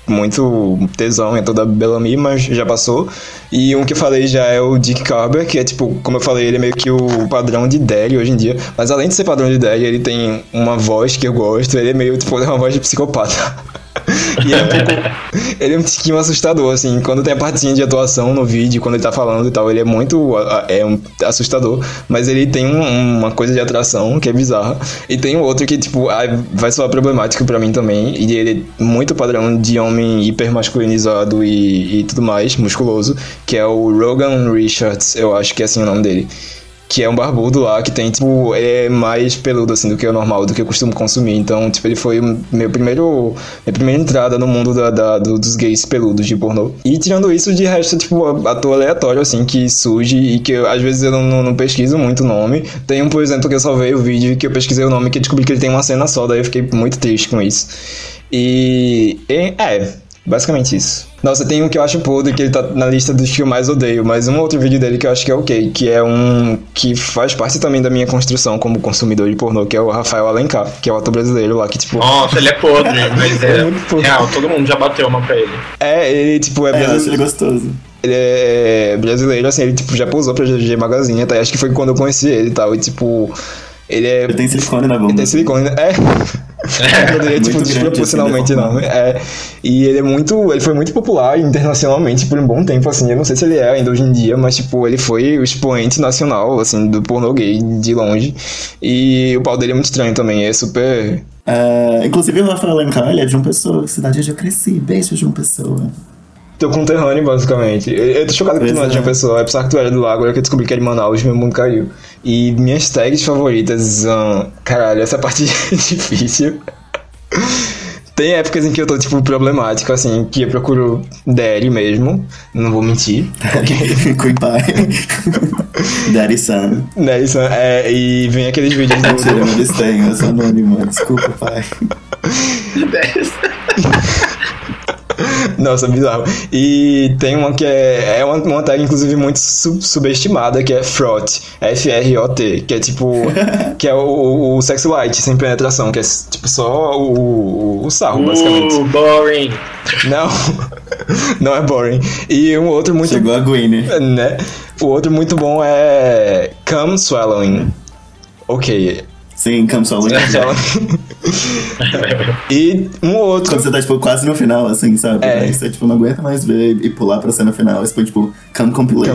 tesão em toda a Bellamy, mas já passou. E um que eu falei já é o Dick Carver, que é, tipo, como eu falei, ele é meio que o padrão de Daddy hoje em dia. Mas além de ser padrão de Daddy, ele tem uma voz que eu gosto, ele é meio, tipo, uma voz de psicopata. E ele é um tiquinho assustador, assim. Quando tem a partezinha de atuação no vídeo, quando ele tá falando e tal, ele é muito assustador. Mas ele tem uma coisa de atração que é bizarra. E tem um outro que, tipo, vai soar problemático pra mim também. E ele é muito padrão de homem hiper masculinizado e tudo mais, musculoso. Que é o Rogan Richards, eu acho que é assim o nome dele. que é um barbudo lá, que tem, tipo, é mais peludo, assim, do que o normal, do que eu costumo consumir. Então, tipo, ele foi minha primeira entrada no mundo dos gays peludos de pornô. E tirando isso, de resto, tipo, ator aleatório, assim, que surge e que às vezes eu não pesquiso muito o nome. Tem um, por exemplo, que eu salvei o vídeo que eu pesquisei o nome, que eu descobri que ele tem uma cena só, daí eu fiquei muito triste com isso. Basicamente isso. Nossa, tem um que eu acho podre, que ele tá na lista dos que eu mais odeio, mas um outro vídeo dele que eu acho que é ok, que é um que faz parte também da minha construção como consumidor de pornô, que é o Rafael Alencar, que é o ator brasileiro lá, que tipo... Nossa, ele é podre, mas é muito podre. real, todo mundo já bateu uma pra ele. Ele tipo é eu acho brasileiro. ele gostoso. Ele é brasileiro, assim, ele tipo já posou pra GG Magazine, até acho que foi quando eu conheci ele e tal, e tipo... Ele tem silicone na bunda. Ele tem silicone, né? Poderia, tipo, Muito desproporcionalmente grande, não. E ele foi muito popular internacionalmente por um bom tempo, assim. Eu não sei se ele é ainda hoje em dia, mas, tipo, ele foi o expoente nacional, assim, do pornô gay de longe. E o pau dele é muito estranho também, é super... Inclusive o Rafael Alencar, ele é de João Pessoa, cidade onde eu cresci. Beijo, João Pessoa. Teu conterrâneo, basicamente. Eu tô chocado que tu não é de uma pessoa. É pensar que tu era do Lago, agora que eu descobri que era de Manaus, meu mundo caiu. E minhas tags favoritas, caralho, essa parte é difícil. Tem épocas em que eu tô, tipo, problemático, assim, que eu procuro Daddy mesmo. Não vou mentir. Cui pai. Daddy-san. Daddy-san, e vem aqueles vídeos do... Mentira, eu destenho, eu sou anônimo. Desculpa, pai. Nossa, bizarro. E tem uma que é uma tag, inclusive, muito subestimada, que é FROT, F-R-O-T, que é tipo... que é o sexy light, sem penetração, que é tipo só o sarro, basicamente. Boring. Não é boring. E um outro muito... Chegou a Gwyneth. Né? O outro muito bom é Come Swallowing. Ok. Sim, Come Swallowing. E um outro... Quando você tá, tipo, quase no final, assim, sabe? Aí você, tipo, não aguenta mais ver e pular pra cena final. Você põe, tipo, Come Compilation.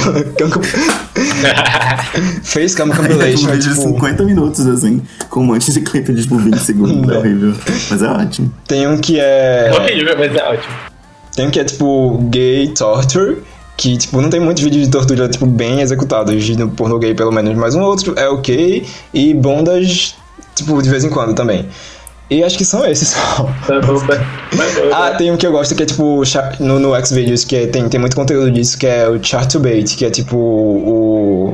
Fez Come É Compilation. um vídeo de 50 minutos, assim, com um monte de clipe de, tipo, 20 segundos. É horrível. Mas é ótimo. Tem um que é... Horrível, mas é ótimo. Tem um que é, tipo, Gay Torture, que, tipo, não tem muitos vídeos de tortura, tipo, bem executados no pornô gay, pelo menos. Mas um outro é ok, e bondas, tipo, de vez em quando também. E acho que são esses só. Tem um que eu gosto que é tipo no Xvideos, que tem muito conteúdo disso, que é o Chart to Bait, que é tipo o...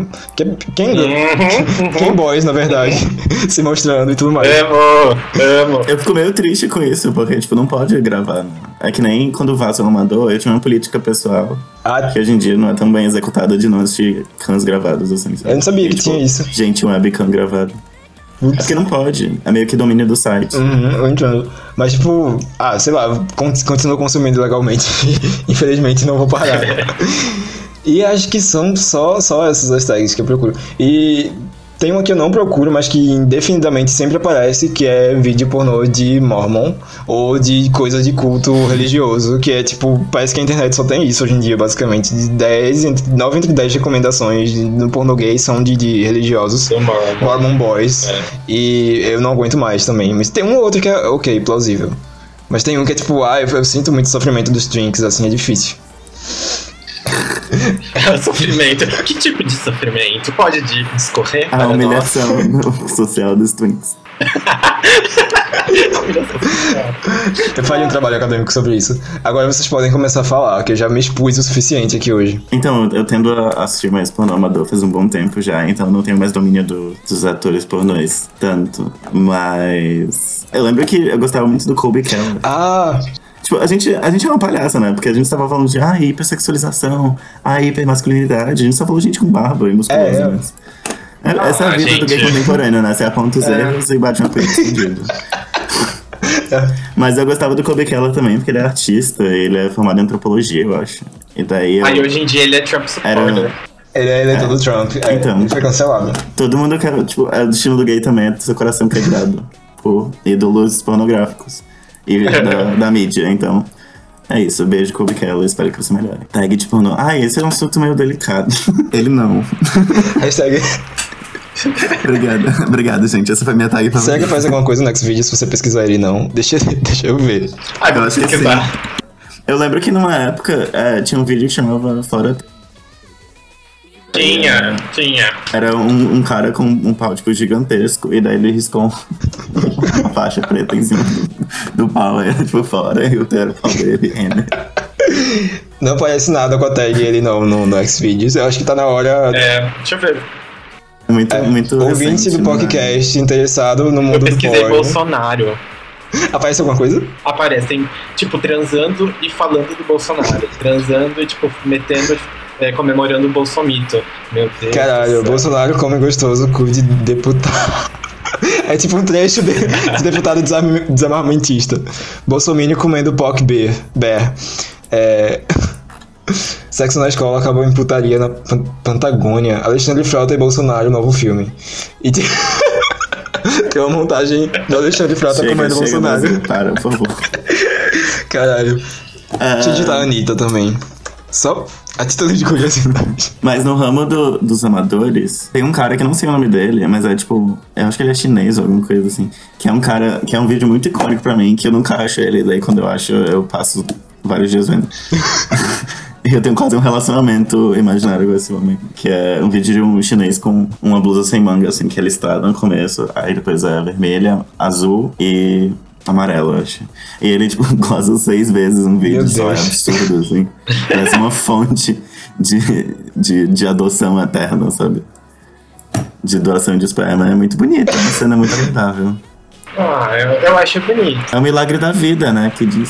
Ken Boys, na verdade, se mostrando e tudo mais. Amo. Eu fico meio triste com isso, porque, tipo, não pode gravar, né? É que nem quando vaza um amador, eu tinha uma política pessoal que hoje em dia não é tão bem executada de não assistir cams gravados, assim, sabe? Eu não sabia que tinha isso. Gente, um webcam gravado. É porque não pode. É meio que domínio do site. Eu entendo. Mas, tipo, sei lá, continuo consumindo legalmente. Infelizmente, não vou parar. E acho que são só essas as tags que eu procuro. E tem uma que eu não procuro, mas que indefinidamente sempre aparece, que é vídeo pornô de Mormon ou de coisa de culto religioso, que é tipo, parece que a internet só tem isso hoje em dia, basicamente. De 9 entre 10 recomendações no pornô gay são de religiosos, Mormon Boys, e eu não aguento mais também. Mas tem um ou outro que é ok, plausível. Mas tem um que é tipo, eu sinto muito sofrimento dos trinks, assim, é difícil. Sofrimento. Que tipo de sofrimento? Pode discorrer? A humilhação social dos twins. Eu falei um trabalho acadêmico sobre isso. Agora vocês podem começar a falar, que eu já me expus o suficiente aqui hoje. Então, eu tendo a assistir mais pornô amador faz um bom tempo já, então não tenho mais domínio dos atores pornôs tanto. Mas eu lembro que eu gostava muito do Colby Keller. Tipo, a gente é uma palhaça, né? Porque a gente tava falando de hipersexualização, hipermasculinidade. A gente só falou gente com barba e musculosa, né? Essa é a vida do gay contemporâneo, né? Você aponta os erros e bate na peito escondido. Mas eu gostava do Colby Keller também, porque ele é artista, ele é formado em antropologia, eu acho. E daí hoje em dia ele é Trump supporter. Ele é todo Trump. Então, ele foi cancelado. Todo mundo quer, tipo, o destino do gay também é ter seu coração quebrado por ídolos pornográficos. E da mídia, então é isso, beijo Colby Keller, espero que você melhore. Tag tipo, esse é um assunto meio delicado. Ele não. Hashtag. Obrigado, gente, essa foi minha tag pra Será que faz alguma coisa no Xvideos se você pesquisar ele não? Deixa eu ver. Eu acho que sim. Eu lembro que numa época tinha um vídeo que chamava Fora... Tinha. Era um cara com um pau, tipo, gigantesco. E daí ele riscou uma faixa preta em cima do pau. Era, tipo, fora. E o teu era o pau dele. Né? Não parece nada com a tag ele no Xvideos. Eu acho que tá na hora. Deixa eu ver. Muito Ouvinte recente, do podcast interessado no mundo Eu do pesquisei porno. Bolsonaro. Aparece alguma coisa? Aparecem, tipo, transando e falando do Bolsonaro. Transando e, tipo, metendo, comemorando o Bolsomito. Meu Deus. Caralho, do céu. Bolsonaro come gostoso cu de deputado. É tipo um trecho de deputado desarmamentista. Bolsominion comendo POC Bear. Sexo na escola acabou em putaria na Patagônia. Alexandre Frota e Bolsonaro, novo filme. E tem uma montagem do Alexandre Frota comendo Bolsonaro. Brasil, para, por favor. Caralho. Deixa eu digitar a Anitta também. Só a título de curiosidade. Mas no ramo dos amadores, tem um cara que eu não sei o nome dele, mas é tipo, eu acho que ele é chinês ou alguma coisa assim. Que é um cara, que é um vídeo muito icônico pra mim, que eu nunca acho ele, daí quando eu acho, eu passo vários dias vendo. E eu tenho quase um relacionamento imaginário com esse homem, que é um vídeo de um chinês com uma blusa sem manga, assim, que é listrada no começo, aí depois é vermelha, azul e amarelo, eu acho. E ele, tipo, goza 6 vezes um vídeo, Meu só é Deus. absurdo, assim. Parece uma fonte de adoção eterna, sabe? De doação de esperma. É muito bonita, a cena é muito agradável. Eu acho bonito. É o milagre da vida, né, que diz.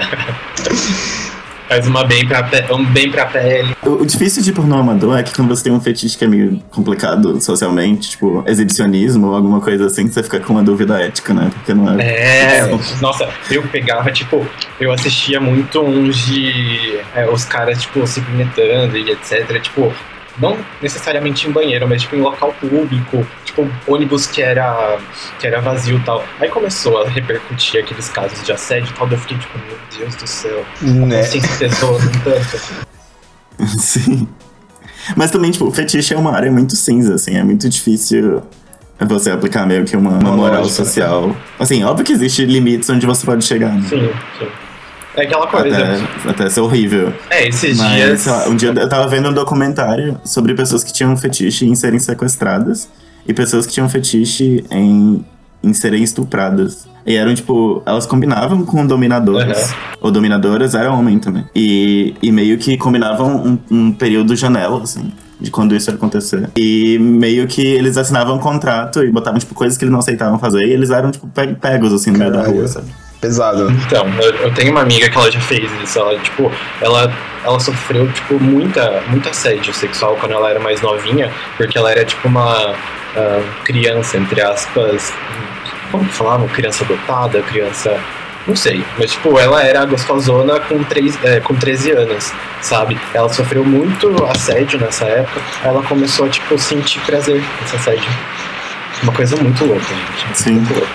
Faz um bem pra pele. O difícil de pornô amador é que quando você tem um fetiche que é meio complicado socialmente, tipo, exibicionismo ou alguma coisa assim, você fica com uma dúvida ética, né? Porque não é... Nossa, eu pegava, tipo, eu assistia muito uns de os caras, tipo, se punhetando e etc, tipo, não necessariamente em banheiro, mas tipo em local público, tipo ônibus que era vazio e tal. Aí começou a repercutir aqueles casos de assédio e tal, daí eu fiquei tipo, meu Deus do céu, Né? assim se pesou tanto. Sim. Mas também, tipo, o fetiche é uma área muito cinza, assim, é muito difícil você aplicar meio que uma moral lógica, social. Assim, óbvio que existe limites onde você pode chegar, né? Sim. É aquela coisa. Até ser horrível. Esses Mas, dias. sei lá, um dia eu tava vendo um documentário sobre pessoas que tinham fetiche em serem sequestradas e pessoas que tinham fetiche em serem estupradas. E eram, tipo, elas combinavam com dominadores. Ou dominadoras, era homem também. E meio que combinavam um período janela, assim, de quando isso ia acontecer. E meio que eles assinavam um contrato e botavam, tipo, coisas que eles não aceitavam fazer. E eles eram, tipo, pegos, assim, no meio da rua, sabe? Pesado. Então, eu tenho uma amiga que ela já fez isso. Ela, tipo, ela sofreu, tipo, muito assédio sexual quando ela era mais novinha, porque ela era, tipo, uma criança, entre aspas. Como que falavam? Criança adotada, criança. Não sei, mas, tipo, ela era gostosona com 13 anos, sabe? Ela sofreu muito assédio nessa época. Ela começou a, tipo, sentir prazer nesse assédio. Uma coisa muito louca, gente. Sim. Muito louca.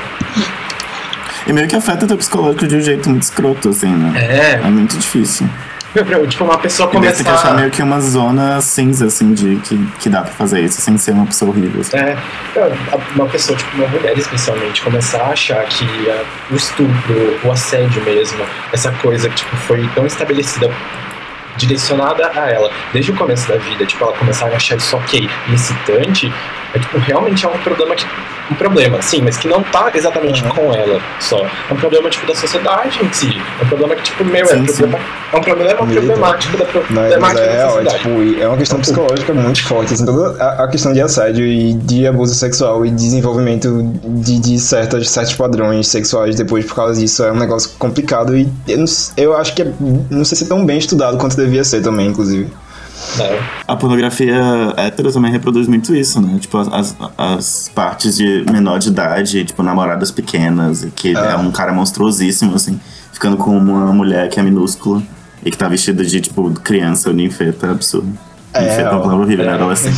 E meio que afeta teu psicológico de um jeito muito escroto, assim, né? É muito difícil. Tipo, uma pessoa E daí você tem que achar começar... meio que uma zona cinza, assim, de que dá pra fazer isso, sem ser uma pessoa horrível. Assim. Uma pessoa, tipo, uma mulher especialmente, começar a achar que o estupro, o assédio mesmo, essa coisa que, tipo, foi tão estabelecida, direcionada a ela, desde o começo da vida, tipo, ela começar a achar isso ok, excitante, tipo, realmente é um problema, sim, mas que não tá exatamente com ela só. É um problema, tipo, da sociedade em si. É um problema que, tipo, é um problema problemático da problemática da sociedade. Tipo, é uma questão psicológica muito forte, assim, toda a questão de assédio e de abuso sexual e desenvolvimento de certos padrões sexuais depois por causa disso é um negócio complicado e eu acho que não sei se é tão bem estudado quanto devia ser também, inclusive. A pornografia hétero também reproduz muito isso, né? Tipo, as partes de menor de idade, tipo, namoradas pequenas, e que é um cara monstruosíssimo, assim, ficando com uma mulher que é minúscula e que tá vestida de, tipo, criança ou ninfeta, absurdo. Ninfeta é uma palavra horrível, né? Adolescente.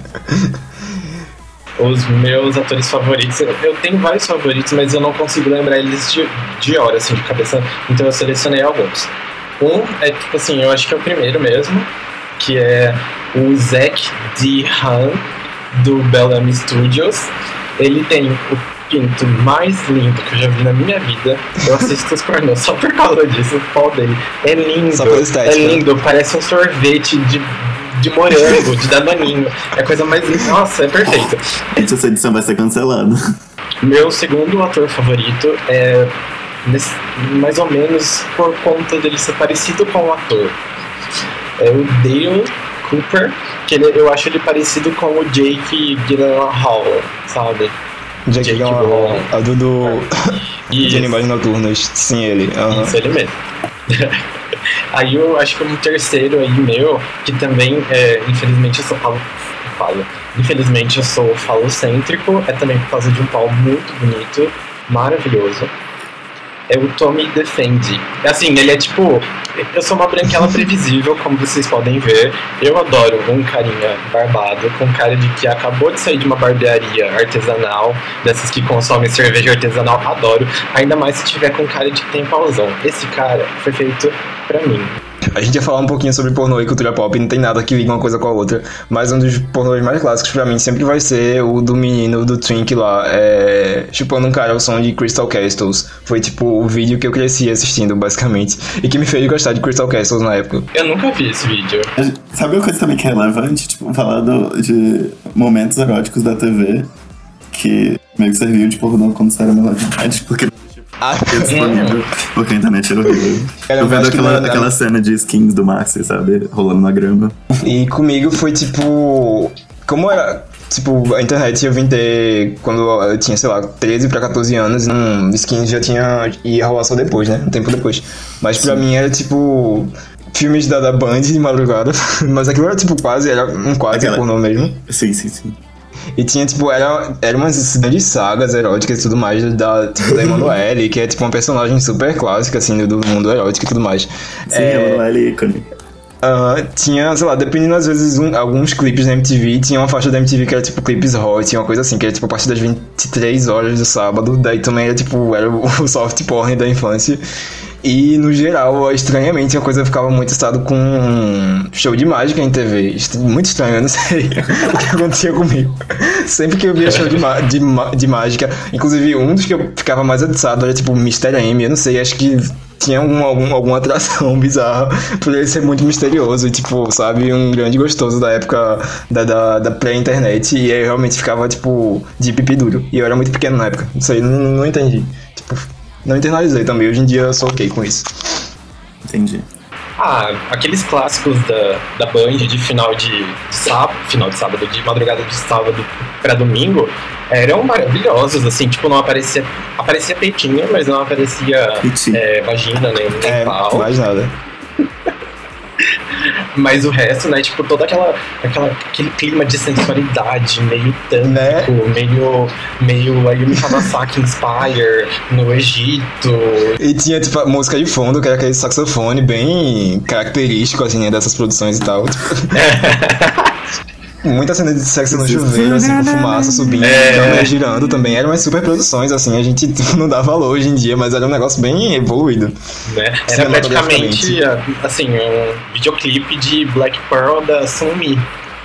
Os meus atores favoritos, eu tenho vários favoritos, mas eu não consigo lembrar eles de hora, assim, de cabeça, então eu selecionei alguns. Um é, tipo assim, eu acho que é o primeiro mesmo, que é o Zac D. Han, do Bellamy Studios. Ele tem o pinto mais lindo que eu já vi na minha vida. Eu assisto os pornôs só por causa disso. O pau dele é lindo. Só pela estética. É lindo, parece um sorvete de morango, de danoninho. É a coisa mais... Nossa, é perfeito. Gente, essa edição vai ser cancelada. Meu segundo ator favorito é mais ou menos por conta dele ser parecido com o ator. É o Dale Cooper, que eu acho ele parecido com o Jake Gyllenhaal, sabe? Jake Gyllenhaal, a do de Animais Noturnos. Sim, ele. Isso, ele mesmo. Aí eu acho que um terceiro aí meu, que também infelizmente eu sou infelizmente eu sou falocêntrico, é também por causa de um pau muito bonito, maravilhoso. É o Tommy Defendi. Assim, ele é tipo... Eu sou uma branquela previsível, como vocês podem ver. Eu adoro um carinha barbado, com cara de que acabou de sair de uma barbearia artesanal, dessas que consomem cerveja artesanal, adoro. Ainda mais se tiver com cara de que tem pauzão. Esse cara foi feito pra mim. A gente ia falar um pouquinho sobre pornô e cultura pop, não tem nada que liga uma coisa com a outra, mas um dos pornôs mais clássicos pra mim sempre vai ser o do menino do Twink lá, chupando um cara ao som de Crystal Castles. Foi tipo o vídeo que eu cresci assistindo, basicamente, e que me fez gostar de Crystal Castles na época. Eu nunca vi esse vídeo. Sabe uma coisa também que é relevante? Tipo, falar de momentos eróticos da TV que meio que serviam de pornô quando você era menor de idade, porque disponível, porque a internet era horrível. Eu vendo aquela cena de skins do Maxi, sabe? Rolando na grama. E comigo foi tipo... Como era... Tipo, a internet eu vim ter quando eu tinha, sei lá, 13 pra 14 anos, e skins já ia rolar só depois, né? Um tempo depois. Mas pra mim era tipo... Filmes da Band de madrugada. Mas aquilo era tipo era um quase pornô mesmo. Sim. E tinha, tipo, era umas grandes sagas eróticas e tudo mais da Emanuele, que é, tipo, uma personagem super clássica, assim, do mundo erótico e tudo mais. Sim, Emanuele é ícone. Tinha, sei lá, dependendo às vezes alguns clipes da MTV, tinha uma faixa da MTV que era, tipo, clipes hot, uma coisa assim, que era, tipo, a partir das 23 horas do sábado, daí também era, tipo, era o soft porn da infância. E, no geral, estranhamente, a coisa ficava muito associada com show de mágica em TV. Muito estranho, eu não sei o que acontecia comigo. Sempre que eu via show de mágica, inclusive um dos que eu ficava mais atiçado era, tipo, Mr. M. Eu não sei, acho que tinha alguma atração bizarra por ele ser muito misterioso e, tipo, sabe, um grande gostoso da época da pré-internet. E aí eu realmente ficava, tipo, de pipi duro. E eu era muito pequeno na época. Isso aí não entendi. Tipo... Não internalizei também, hoje em dia eu sou ok com isso. Entendi. Aqueles clássicos da Band de final de sábado, de madrugada de sábado pra domingo, eram maravilhosos, assim, tipo, não aparecia peitinho, mas não aparecia vagina, nem pau. Mais nada. Mas o resto, né, tipo, todo aquele clima de sensualidade, meio tântrico, né? meio Ayumi Hamasaki Inspire no Egito. E tinha, tipo, a música de fundo, que era aquele saxofone bem característico, assim, né, dessas produções e tal. Tipo... Muita cena de sexo no chuveiro, assim, com fumaça subindo, câmera girando também. Eram umas super produções, assim, a gente não dá valor hoje em dia, mas era um negócio bem evoluído. Né? Era praticamente, assim, um videoclipe de Black Pearl da Sunmi.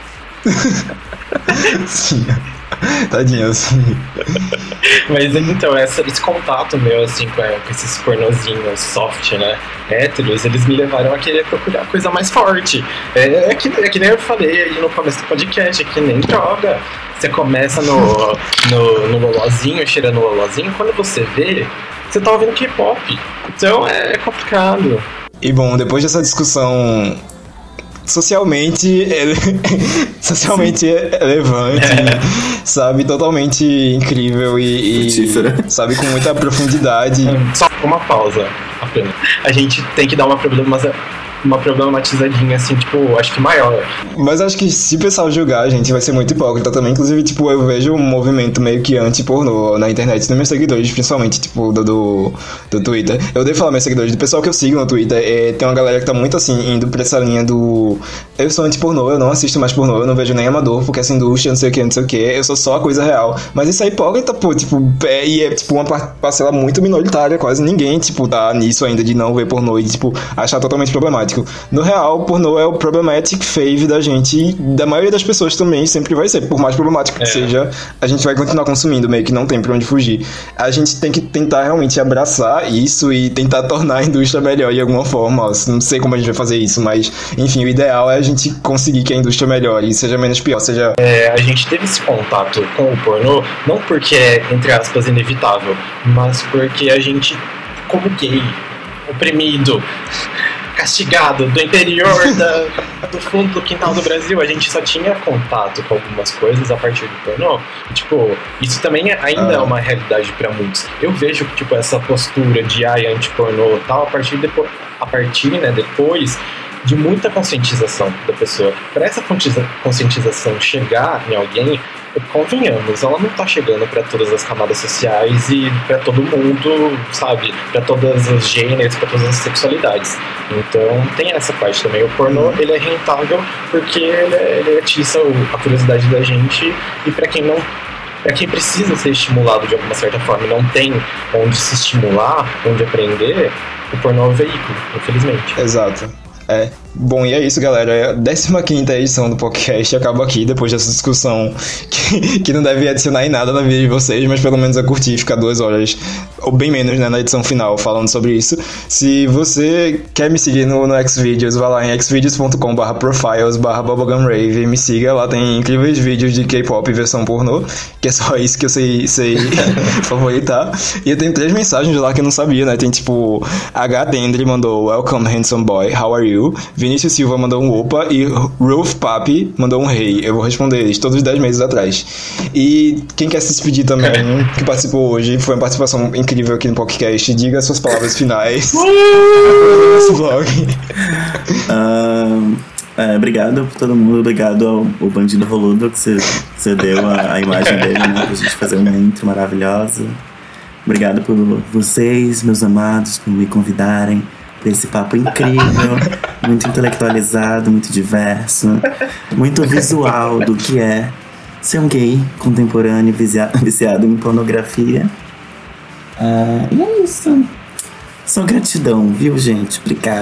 Sim. Tadinha, assim. Mas então, esse contato meu, assim, com esses pornozinhos soft, né, héteros, eles me levaram a querer procurar coisa mais forte. É que nem eu falei aí no começo do podcast, é que nem droga. Você começa no lolozinho, cheirando o lolozinho, quando você vê, você tá ouvindo K-pop. Então é complicado. E bom, depois dessa discussão socialmente relevante, sabe, totalmente incrível e sabe, com muita profundidade. Só uma pausa apenas. A gente tem que dar uma problematizadinha, assim, tipo, acho que maior. Mas acho que se o pessoal julgar, a gente vai ser muito hipócrita também. Inclusive, tipo, eu vejo um movimento meio que anti-pornô na internet, nos meus seguidores, principalmente, tipo, do Twitter. Eu devo falar meus seguidores, do pessoal que eu sigo no Twitter, tem uma galera que tá muito, assim, indo pra essa linha do... Eu sou anti-pornô, eu não assisto mais pornô, eu não vejo nem amador, porque essa indústria, não sei o que, eu sou só a coisa real. Mas isso é hipócrita, pô, tipo, tipo, uma parcela muito minoritária, quase ninguém, tipo, tá nisso ainda de não ver pornô e, tipo, achar totalmente problemático. problemático. No real, o pornô é o problematic fave da gente e da maioria das pessoas também sempre vai ser. Por mais problemático que seja, a gente vai continuar consumindo, meio que não tem pra onde fugir. A gente tem que tentar realmente abraçar isso e tentar tornar a indústria melhor de alguma forma. Não sei como a gente vai fazer isso, mas enfim, o ideal é a gente conseguir que a indústria melhore e seja menos pior, seja... A gente teve esse contato com o pornô, não porque é, entre aspas, inevitável, mas porque a gente, como gay, oprimido, castigado, do interior do fundo do quintal do Brasil, a gente só tinha contato com algumas coisas a partir do pornô. E, tipo, isso também ainda é uma realidade pra muitos. Eu vejo, tipo, essa postura de anti-pornô e tal, a partir, né, depois de muita conscientização da pessoa. Para essa conscientização chegar em alguém, convenhamos, ela não tá chegando para todas as camadas sociais e para todo mundo, sabe? Para todos os gêneros, para todas as sexualidades. Então tem essa parte também. O pornô, ele é rentável porque ele atiça a curiosidade da gente, e para quem precisa ser estimulado de alguma certa forma e não tem onde se estimular, onde aprender, o pornô é o veículo, infelizmente. Exato. Bom, e é isso, galera. A 15ª edição do podcast acaba aqui, depois dessa discussão que não deve adicionar em nada na vida de vocês, mas pelo menos é curtir ficar 2 horas, ou bem menos, né, na edição final, falando sobre isso. Se você quer me seguir no Xvideos, vá lá em xvideos.com/profiles/bubblegumrave e me siga. Lá tem incríveis vídeos de K-pop versão pornô, que é só isso que eu sei favoritar. E eu tenho 3 mensagens lá que eu não sabia, né? Tem tipo, H. Dendry mandou "Welcome, handsome boy, how are you?" Vinícius Silva mandou um opa e Rolf Papi mandou um hey. Eu vou responder eles todos 10 meses atrás. E quem quer se despedir também, que participou hoje, foi uma participação incrível aqui no podcast, diga suas palavras finais. Nosso blog. Obrigado por todo mundo, obrigado ao Bandido Roludo que você deu a imagem dele, né, pra gente fazer uma intro maravilhosa. Obrigado por vocês, meus amados, por me convidarem para esse papo incrível, muito intelectualizado, muito diverso, muito visual do que é ser um gay contemporâneo viciado em pornografia. E é isso. Só gratidão, viu, gente? Obrigado.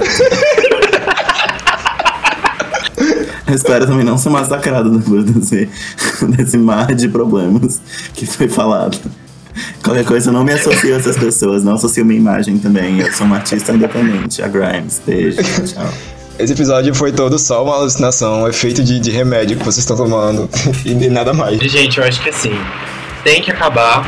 Eu espero também não ser massacrado depois desse mar de problemas que foi falado. Qualquer coisa, eu não me associo a essas pessoas, não associo minha imagem também. Eu sou uma artista independente, a Grimes. Beijo, tchau. Esse episódio foi todo só uma alucinação, um efeito de remédio que vocês estão tomando e nada mais. Gente, eu acho que assim, tem que acabar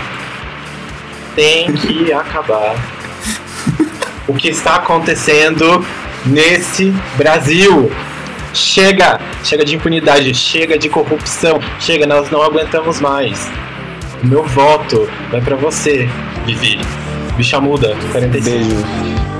o que está acontecendo nesse Brasil. Chega de impunidade, chega de corrupção, chega, nós não aguentamos mais. O meu voto vai pra você, Vivi. Bicha muda, 45. Beijo.